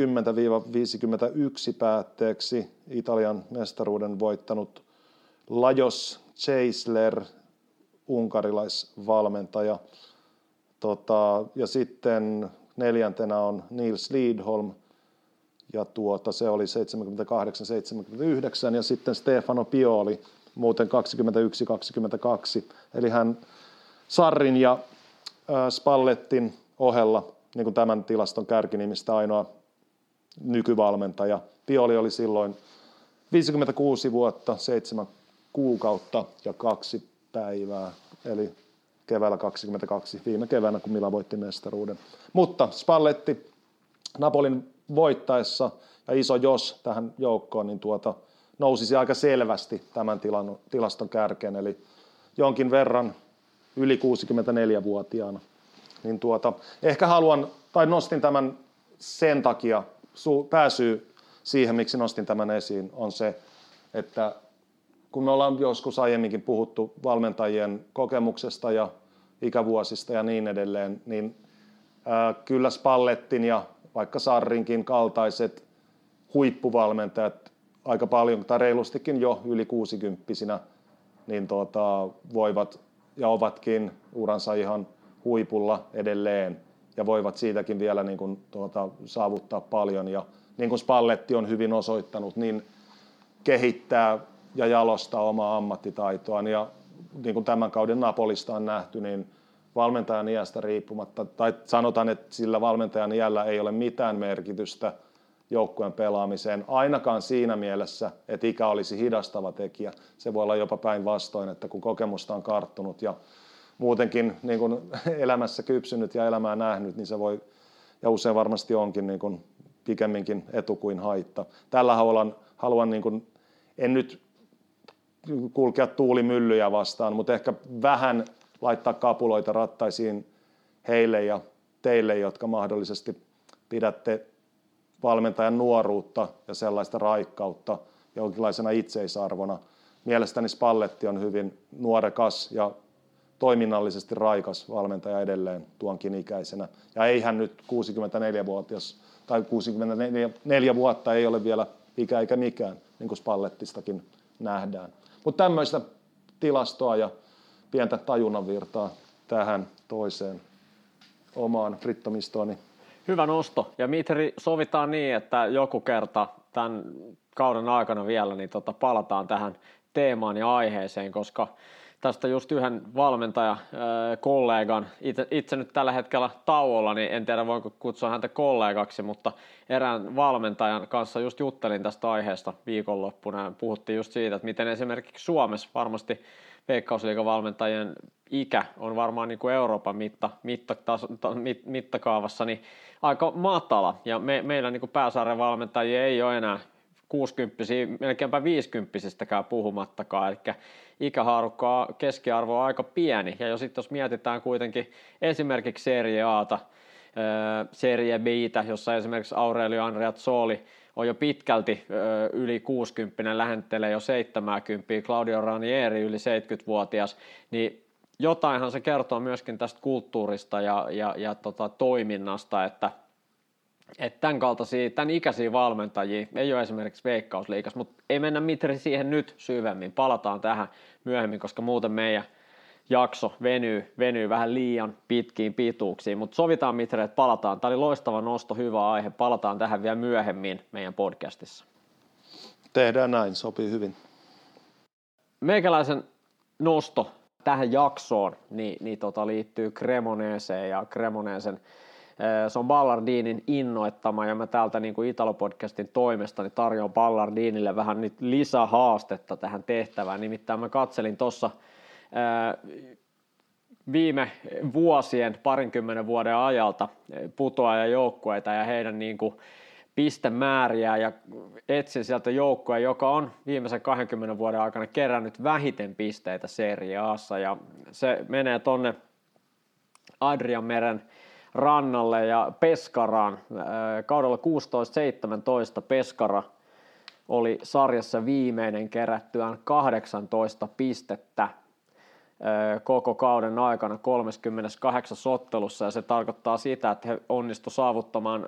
50-51 päätteeksi Italian mestaruuden voittanut Lajos Cheisler, unkarilaisvalmentaja. Ja sitten neljäntenä on Nils Lidholm, ja se oli 78-79, ja sitten Stefano Pioli, muuten 21-22. Eli hän Sarrin ja Spallettin ohella niin kuin tämän tilaston kärkinimistä ainoa nykyvalmentaja. Pioli oli silloin 56 vuotta, 7 kuukautta ja 2 päivää, eli keväällä 22, viime keväänä, kun Milan voitti mestaruuden. Mutta Spalletti Napolin voittaessa, ja iso jos tähän joukkoon, niin nousisi aika selvästi tämän tilaston kärkeen, eli jonkin verran yli 64-vuotiaana. Niin ehkä nostin tämän sen takia, pääsyy siihen, miksi nostin tämän esiin, on se, että kun me ollaan joskus aiemminkin puhuttu valmentajien kokemuksesta ja ikävuosista ja niin edelleen, niin kyllä Spallettin ja vaikka Sarrinkin kaltaiset huippuvalmentajat aika paljon tai reilustikin jo yli 60-vuotiaina niin voivat ja ovatkin uransa ihan huipulla edelleen ja voivat siitäkin vielä niin kuin, saavuttaa paljon. Ja niin kuin Spalletti on hyvin osoittanut, niin kehittää ja jalostaa omaa ammattitaitoaan. Ja niin kuin tämän kauden Napolista on nähty, niin valmentajan iästä riippumatta, tai sanotaan, että sillä valmentajan iällä ei ole mitään merkitystä joukkueen pelaamiseen, ainakaan siinä mielessä, että ikä olisi hidastava tekijä. Se voi olla jopa päinvastoin, että kun kokemusta on karttunut ja muutenkin niin kuin elämässä kypsynyt ja elämää nähnyt, niin se voi, ja usein varmasti onkin niin kuin pikemminkin etu kuin haitta. Tällä haluan niin kuin, en nyt kulkea tuulimyllyjä vastaan, mutta ehkä vähän laittaa kapuloita rattaisiin heille ja teille, jotka mahdollisesti pidätte valmentajan nuoruutta ja sellaista raikkautta jonkinlaisena itseisarvona. Mielestäni Spalletti on hyvin nuorekas ja toiminnallisesti raikas valmentaja edelleen tuonkin ikäisenä. Ja eihän nyt 64-vuotias tai 64 vuotta ei ole vielä ikä eikä mikään, niin kuin Spallettistakin nähdään. Mutta tämmöistä tilastoa ja pientä tajunnanvirtaa tähän toiseen omaan frittomistooni. Hyvä nosto. Ja Mitri, sovitaan niin, että joku kerta tämän kauden aikana vielä niin palataan tähän teemaan ja aiheeseen, koska tästä just yhden valmentajakollegan, itse nyt tällä hetkellä tauolla, niin en tiedä voinko kutsua häntä kollegaksi, mutta erään valmentajan kanssa just juttelin tästä aiheesta viikonloppuna ja puhuttiin just siitä, että miten esimerkiksi Suomessa varmasti Veikkausliigavalmentajien ikä on varmaan niin kuin Euroopan mittakaavassa niin aika matala ja meillä niin kuin pääsarjan valmentajia ei ole enää 60-vuotiaista, melkeinpä 50-vuotiaistakään puhumattakaan, eli ikähaarukka keskiarvo on aika pieni, ja sitten jos mietitään kuitenkin esimerkiksi Serie A:ta, Serie B:tä, jossa esimerkiksi Aurelio Andreazzoli on jo pitkälti yli 60, lähentelee jo 70, Claudio Ranieri yli 70-vuotias, niin jotainhan se kertoo myöskin tästä kulttuurista ja toiminnasta, että tämän ikäisiä valmentajia ei ole esimerkiksi Veikkausliigassa, mutta ei mennä Mitri siihen nyt syvemmin. Palataan tähän myöhemmin, koska muuten meidän jakso venyy vähän liian pitkiin pituuksiin, mutta sovitaan Mitri, että palataan. Tämä oli loistava nosto, hyvä aihe. Palataan tähän vielä myöhemmin meidän podcastissa. Tehdään näin, sopii hyvin. Meikäläisen nosto tähän jaksoon liittyy Cremoneseen ja Cremonesen. Se on Ballardinin innoittama ja mä täältä niin kuin Italo-podcastin toimesta niin tarjoan Ballardinille vähän nyt lisähaastetta tähän tehtävään. Nimittäin mä katselin tuossa viime vuosien 20 vuoden ajalta putoajajoukkueita ja heidän niin kuin pistemääriä ja etsin sieltä joukkueen, joka on viimeisen 20 vuoden aikana kerännyt vähiten pisteitä Serie A:ssa ja se menee tonne Adrianmeren rannalle ja Pescaraan. Kaudella 16-17 Pescara oli sarjassa viimeinen kerättyään 18 pistettä koko kauden aikana 38 ottelussa ja se tarkoittaa sitä, että he onnistuivat saavuttamaan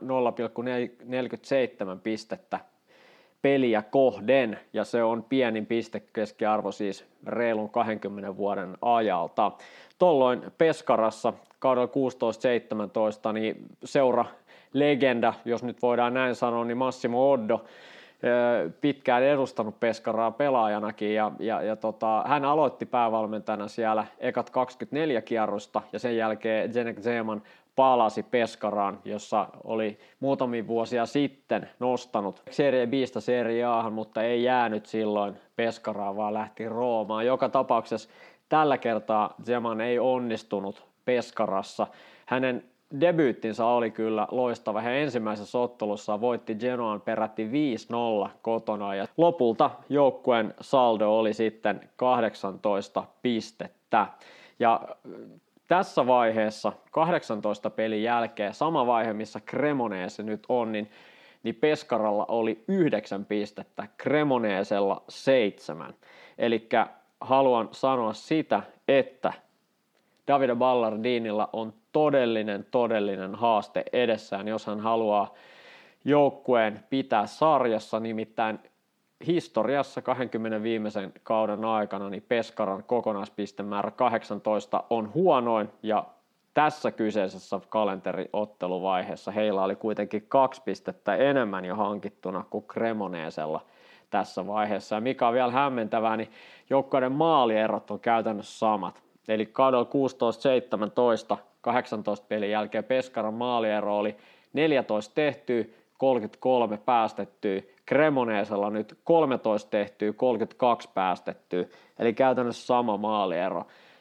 0,47 pistettä peliä kohden ja se on pienin pistekeskiarvo siis reilun 20 vuoden ajalta. Tolloin Pescarassa kaudella 16-17 niin seura legenda, jos nyt voidaan näin sanoa, niin Massimo Oddo pitkään edustanut Pescaraa pelaajanakin ja hän aloitti päävalmentajana siellä ekat 24 kierrosta ja sen jälkeen Zdeněk Zeman palasi Pescaraan, jossa oli muutamia vuosia sitten nostanut Serie B:stä Serie A:han, mutta ei jäänyt silloin Pescaraan, vaan lähti Roomaan. Joka tapauksessa tällä kertaa Zeman ei onnistunut Pescarassa. Hänen debyyttinsä oli kyllä loistava. Hän ensimmäisessä ottelussa voitti Genoan peräti 5-0 kotona ja lopulta joukkueen saldo oli sitten 18 pistettä. Ja tässä vaiheessa 18 pelin jälkeen, sama vaihe missä Cremonese nyt on, niin Pescaralla oli 9 pistettä, Cremonesella 7. Eli haluan sanoa sitä, että Davide Ballardinilla on todellinen haaste edessään, jos hän haluaa joukkueen pitää sarjassa, nimittäin historiassa 20 viimeisen kauden aikana niin Pescaran kokonaispistemäärä 18 on huonoin ja tässä kyseisessä kalenteriotteluvaiheessa heillä oli kuitenkin 2 pistettä enemmän jo hankittuna kuin Cremonesella tässä vaiheessa. Ja mikä on vielä hämmentävää, niin joukkueiden maalierot on käytännössä samat. Eli kaudella 16-17, 18 pelin jälkeen Pescaran maaliero oli 14 tehtyä, 33 päästettyä. Cremonesella nyt 13 tehtyä, 32 päästettyä, eli käytännössä sama maaliero.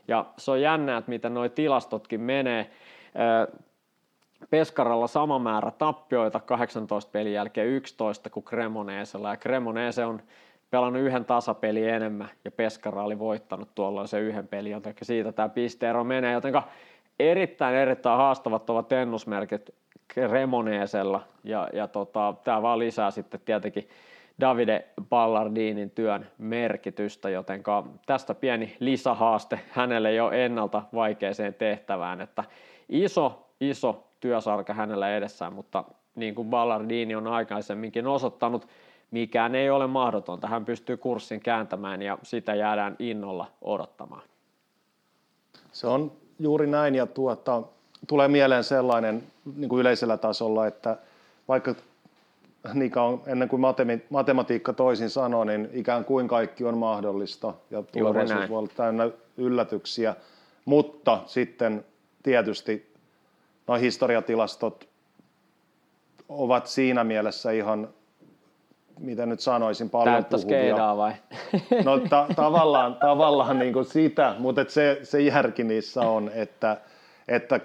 Ja se on jännä, että miten nuo tilastotkin menee. Pescaralla sama määrä tappioita 18 pelin jälkeen 11 kuin Cremonesella, ja Cremonese on pelannut yhden tasapeli enemmän, ja Pescara oli voittanut tuolloin se yhden pelin, joten siitä tämä pisteero menee, joten erittäin haastavat ovat ennusmerkit Cremonesella, ja tämä vaan lisää sitten tietenkin Davide Ballardinin työn merkitystä, joten tästä pieni lisähaaste hänelle jo ennalta vaikeaseen tehtävään, että iso työsarka hänellä edessään, mutta niin kuin Ballardini on aikaisemminkin osoittanut, mikään ei ole mahdotonta. Hän pystyy kurssin kääntämään ja sitä jäädään innolla odottamaan. Se on juuri näin ja tulee mieleen sellainen niin kuin yleisellä tasolla, että vaikka niin kauan ennen kuin matematiikka toisin sanoo, niin ikään kuin kaikki on mahdollista ja tulevaisuus voi olla täynnä yllätyksiä, mutta sitten tietysti nuo historiatilastot ovat siinä mielessä ihan, mitä nyt sanoisin, paljon puhuvia. Vai? No tavallaan niin kuin sitä, mutta se järki niissä on, että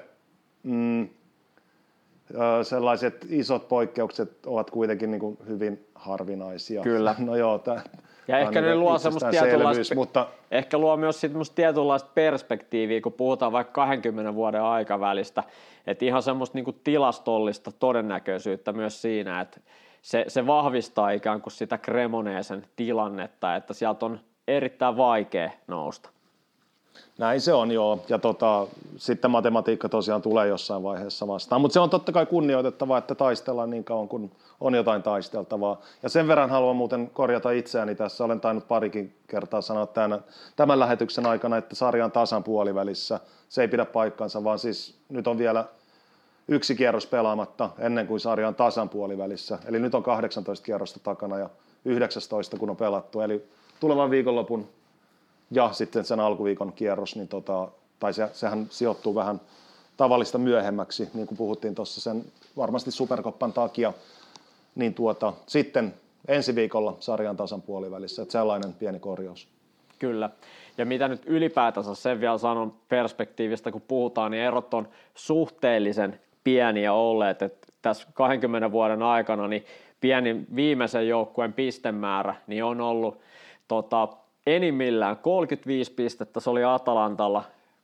sellaiset isot poikkeukset ovat kuitenkin niin kuin hyvin harvinaisia. Kyllä. No joo, ja ehkä ne luo semmoista tietynlaista, ehkä luo myös semmoista tietynlaista perspektiiviä, kun puhutaan vaikka 20 vuoden aikavälistä, että ihan semmoista niin kuin tilastollista todennäköisyyttä myös siinä, että se vahvistaa ikään kuin sitä Cremonesen tilannetta, että sieltä on erittäin vaikea nousta. Näin se on, joo. Ja sitten matematiikka tosiaan tulee jossain vaiheessa vastaan. Mutta se on totta kai kunnioitettavaa, että taistellaan niin kauan, kun on jotain taisteltavaa. Ja sen verran haluan muuten korjata itseäni tässä. Olen tainnut parikin kertaa sanoa tämän lähetyksen aikana, että sarja on tasan puolivälissä. Se ei pidä paikkansa, vaan siis nyt on vielä yksi kierros pelaamatta ennen kuin sarja on tasan puolivälissä. Eli nyt on 18 kierrosta takana ja 19 kun on pelattu. Eli tulevan viikonlopun ja sitten sen alkuviikon kierros, niin sehän sijoittuu vähän tavallista myöhemmäksi, niin kuin puhuttiin tuossa sen varmasti Superkoppan takia, niin sitten ensi viikolla sarjan tasan puolivälissä, että sellainen pieni korjaus. Kyllä, ja mitä nyt ylipäätänsä sen vielä sanon perspektiivistä, kun puhutaan, niin erot on suhteellisen pieniä olleet, että tässä 20 vuoden aikana niin pienin viimeisen joukkueen pistemäärä niin on ollut enimmillään 35 pistettä, se oli Atalantalla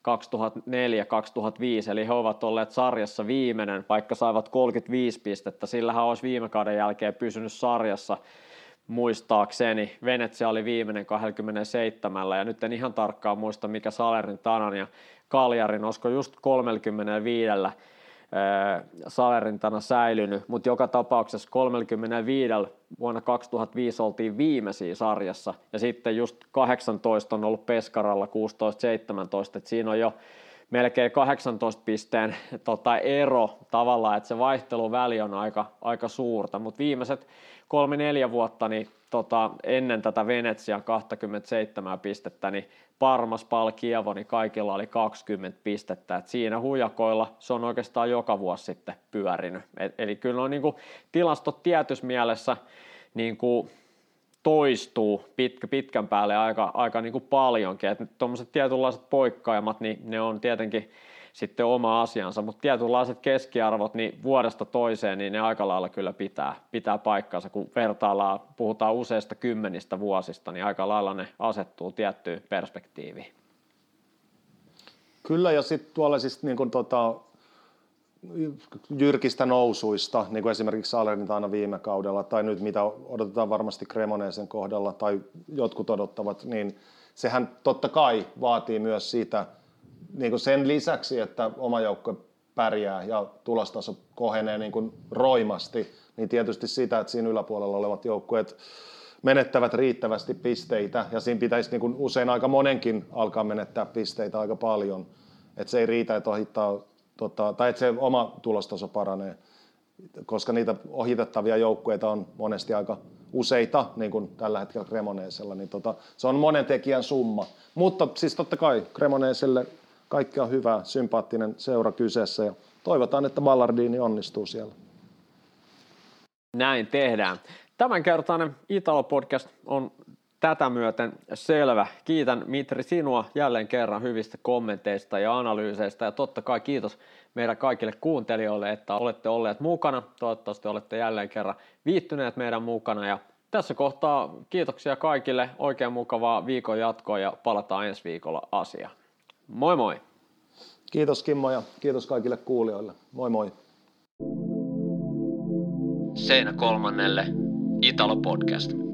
2004-2005, eli he ovat olleet sarjassa viimeinen, vaikka saivat 35 pistettä, sillähän olisi viime kauden jälkeen pysynyt sarjassa muistaakseni. Venetsia oli viimeinen 27, ja nyt en ihan tarkkaan muista, mikä Salernitanan ja Cagliarin, olisiko just 35 Salernitana säilynyt, mutta joka tapauksessa 35 vuonna 2005 oltiin viimeisiä sarjassa, ja sitten just 18 on ollut Pescaralla 16-17, että siinä on jo melkein 18 pisteen ero tavallaan, että se vaihteluväli on aika suurta, mutta viimeiset 3-4 vuotta niin ennen tätä Venetsian 27 pistettä, niin Parma, Spal, Kievo, niin kaikilla oli 20 pistettä, että siinä hujakoilla se on oikeastaan joka vuosi sitten pyörinyt. Eli kyllä on niin kuin tilastot tietyssä mielessä niin kuin toistuu pitkän päälle aika niin kuin paljonkin, että tuommoiset tietynlaiset poikkeamat, niin ne on tietenkin sitten oma asiansa, mutta tietynlaiset keskiarvot niin vuodesta toiseen, niin ne aika lailla kyllä pitää paikkansa, kun puhutaan useista kymmenistä vuosista, niin aika lailla ne asettuu tiettyyn perspektiiviin. Kyllä, ja sitten tuolla siis niin kuin jyrkistä nousuista, niin kuin esimerkiksi Salernitana viime kaudella, tai nyt mitä odotetaan varmasti Cremonesen kohdalla, tai jotkut odottavat, niin sehän totta kai vaatii myös sitä, niin kuin sen lisäksi, että oma joukkue pärjää ja tulostaso kohenee niin kuin roimasti, niin tietysti sitä, että siinä yläpuolella olevat joukkueet menettävät riittävästi pisteitä, ja siinä pitäisi niin kuin usein aika monenkin alkaa menettää pisteitä aika paljon, että se ei riitä, että ohittaa, tai että se oma tulostaso paranee, koska niitä ohitettavia joukkueita on monesti aika useita, niin kuin tällä hetkellä Cremonesella, niin se on monen tekijän summa, mutta siis totta kai Cremoneselle kaikkea hyvää, sympaattinen seura kyseessä ja toivotaan, että Ballardini onnistuu siellä. Näin tehdään. Tämänkertainen Italo-podcast on tätä myöten selvä. Kiitän Mitri sinua jälleen kerran hyvistä kommenteista ja analyyseistä ja totta kai kiitos meidän kaikille kuuntelijoille, että olette olleet mukana. Toivottavasti olette jälleen kerran viihtyneet meidän mukana ja tässä kohtaa kiitoksia kaikille, oikein mukavaa viikon jatkoa ja palataan ensi viikolla asiaan. Moi moi! Kiitos Kimmo ja kiitos kaikille kuulijoille. Moi moi! Seinä kolmannelle Italo Podcast.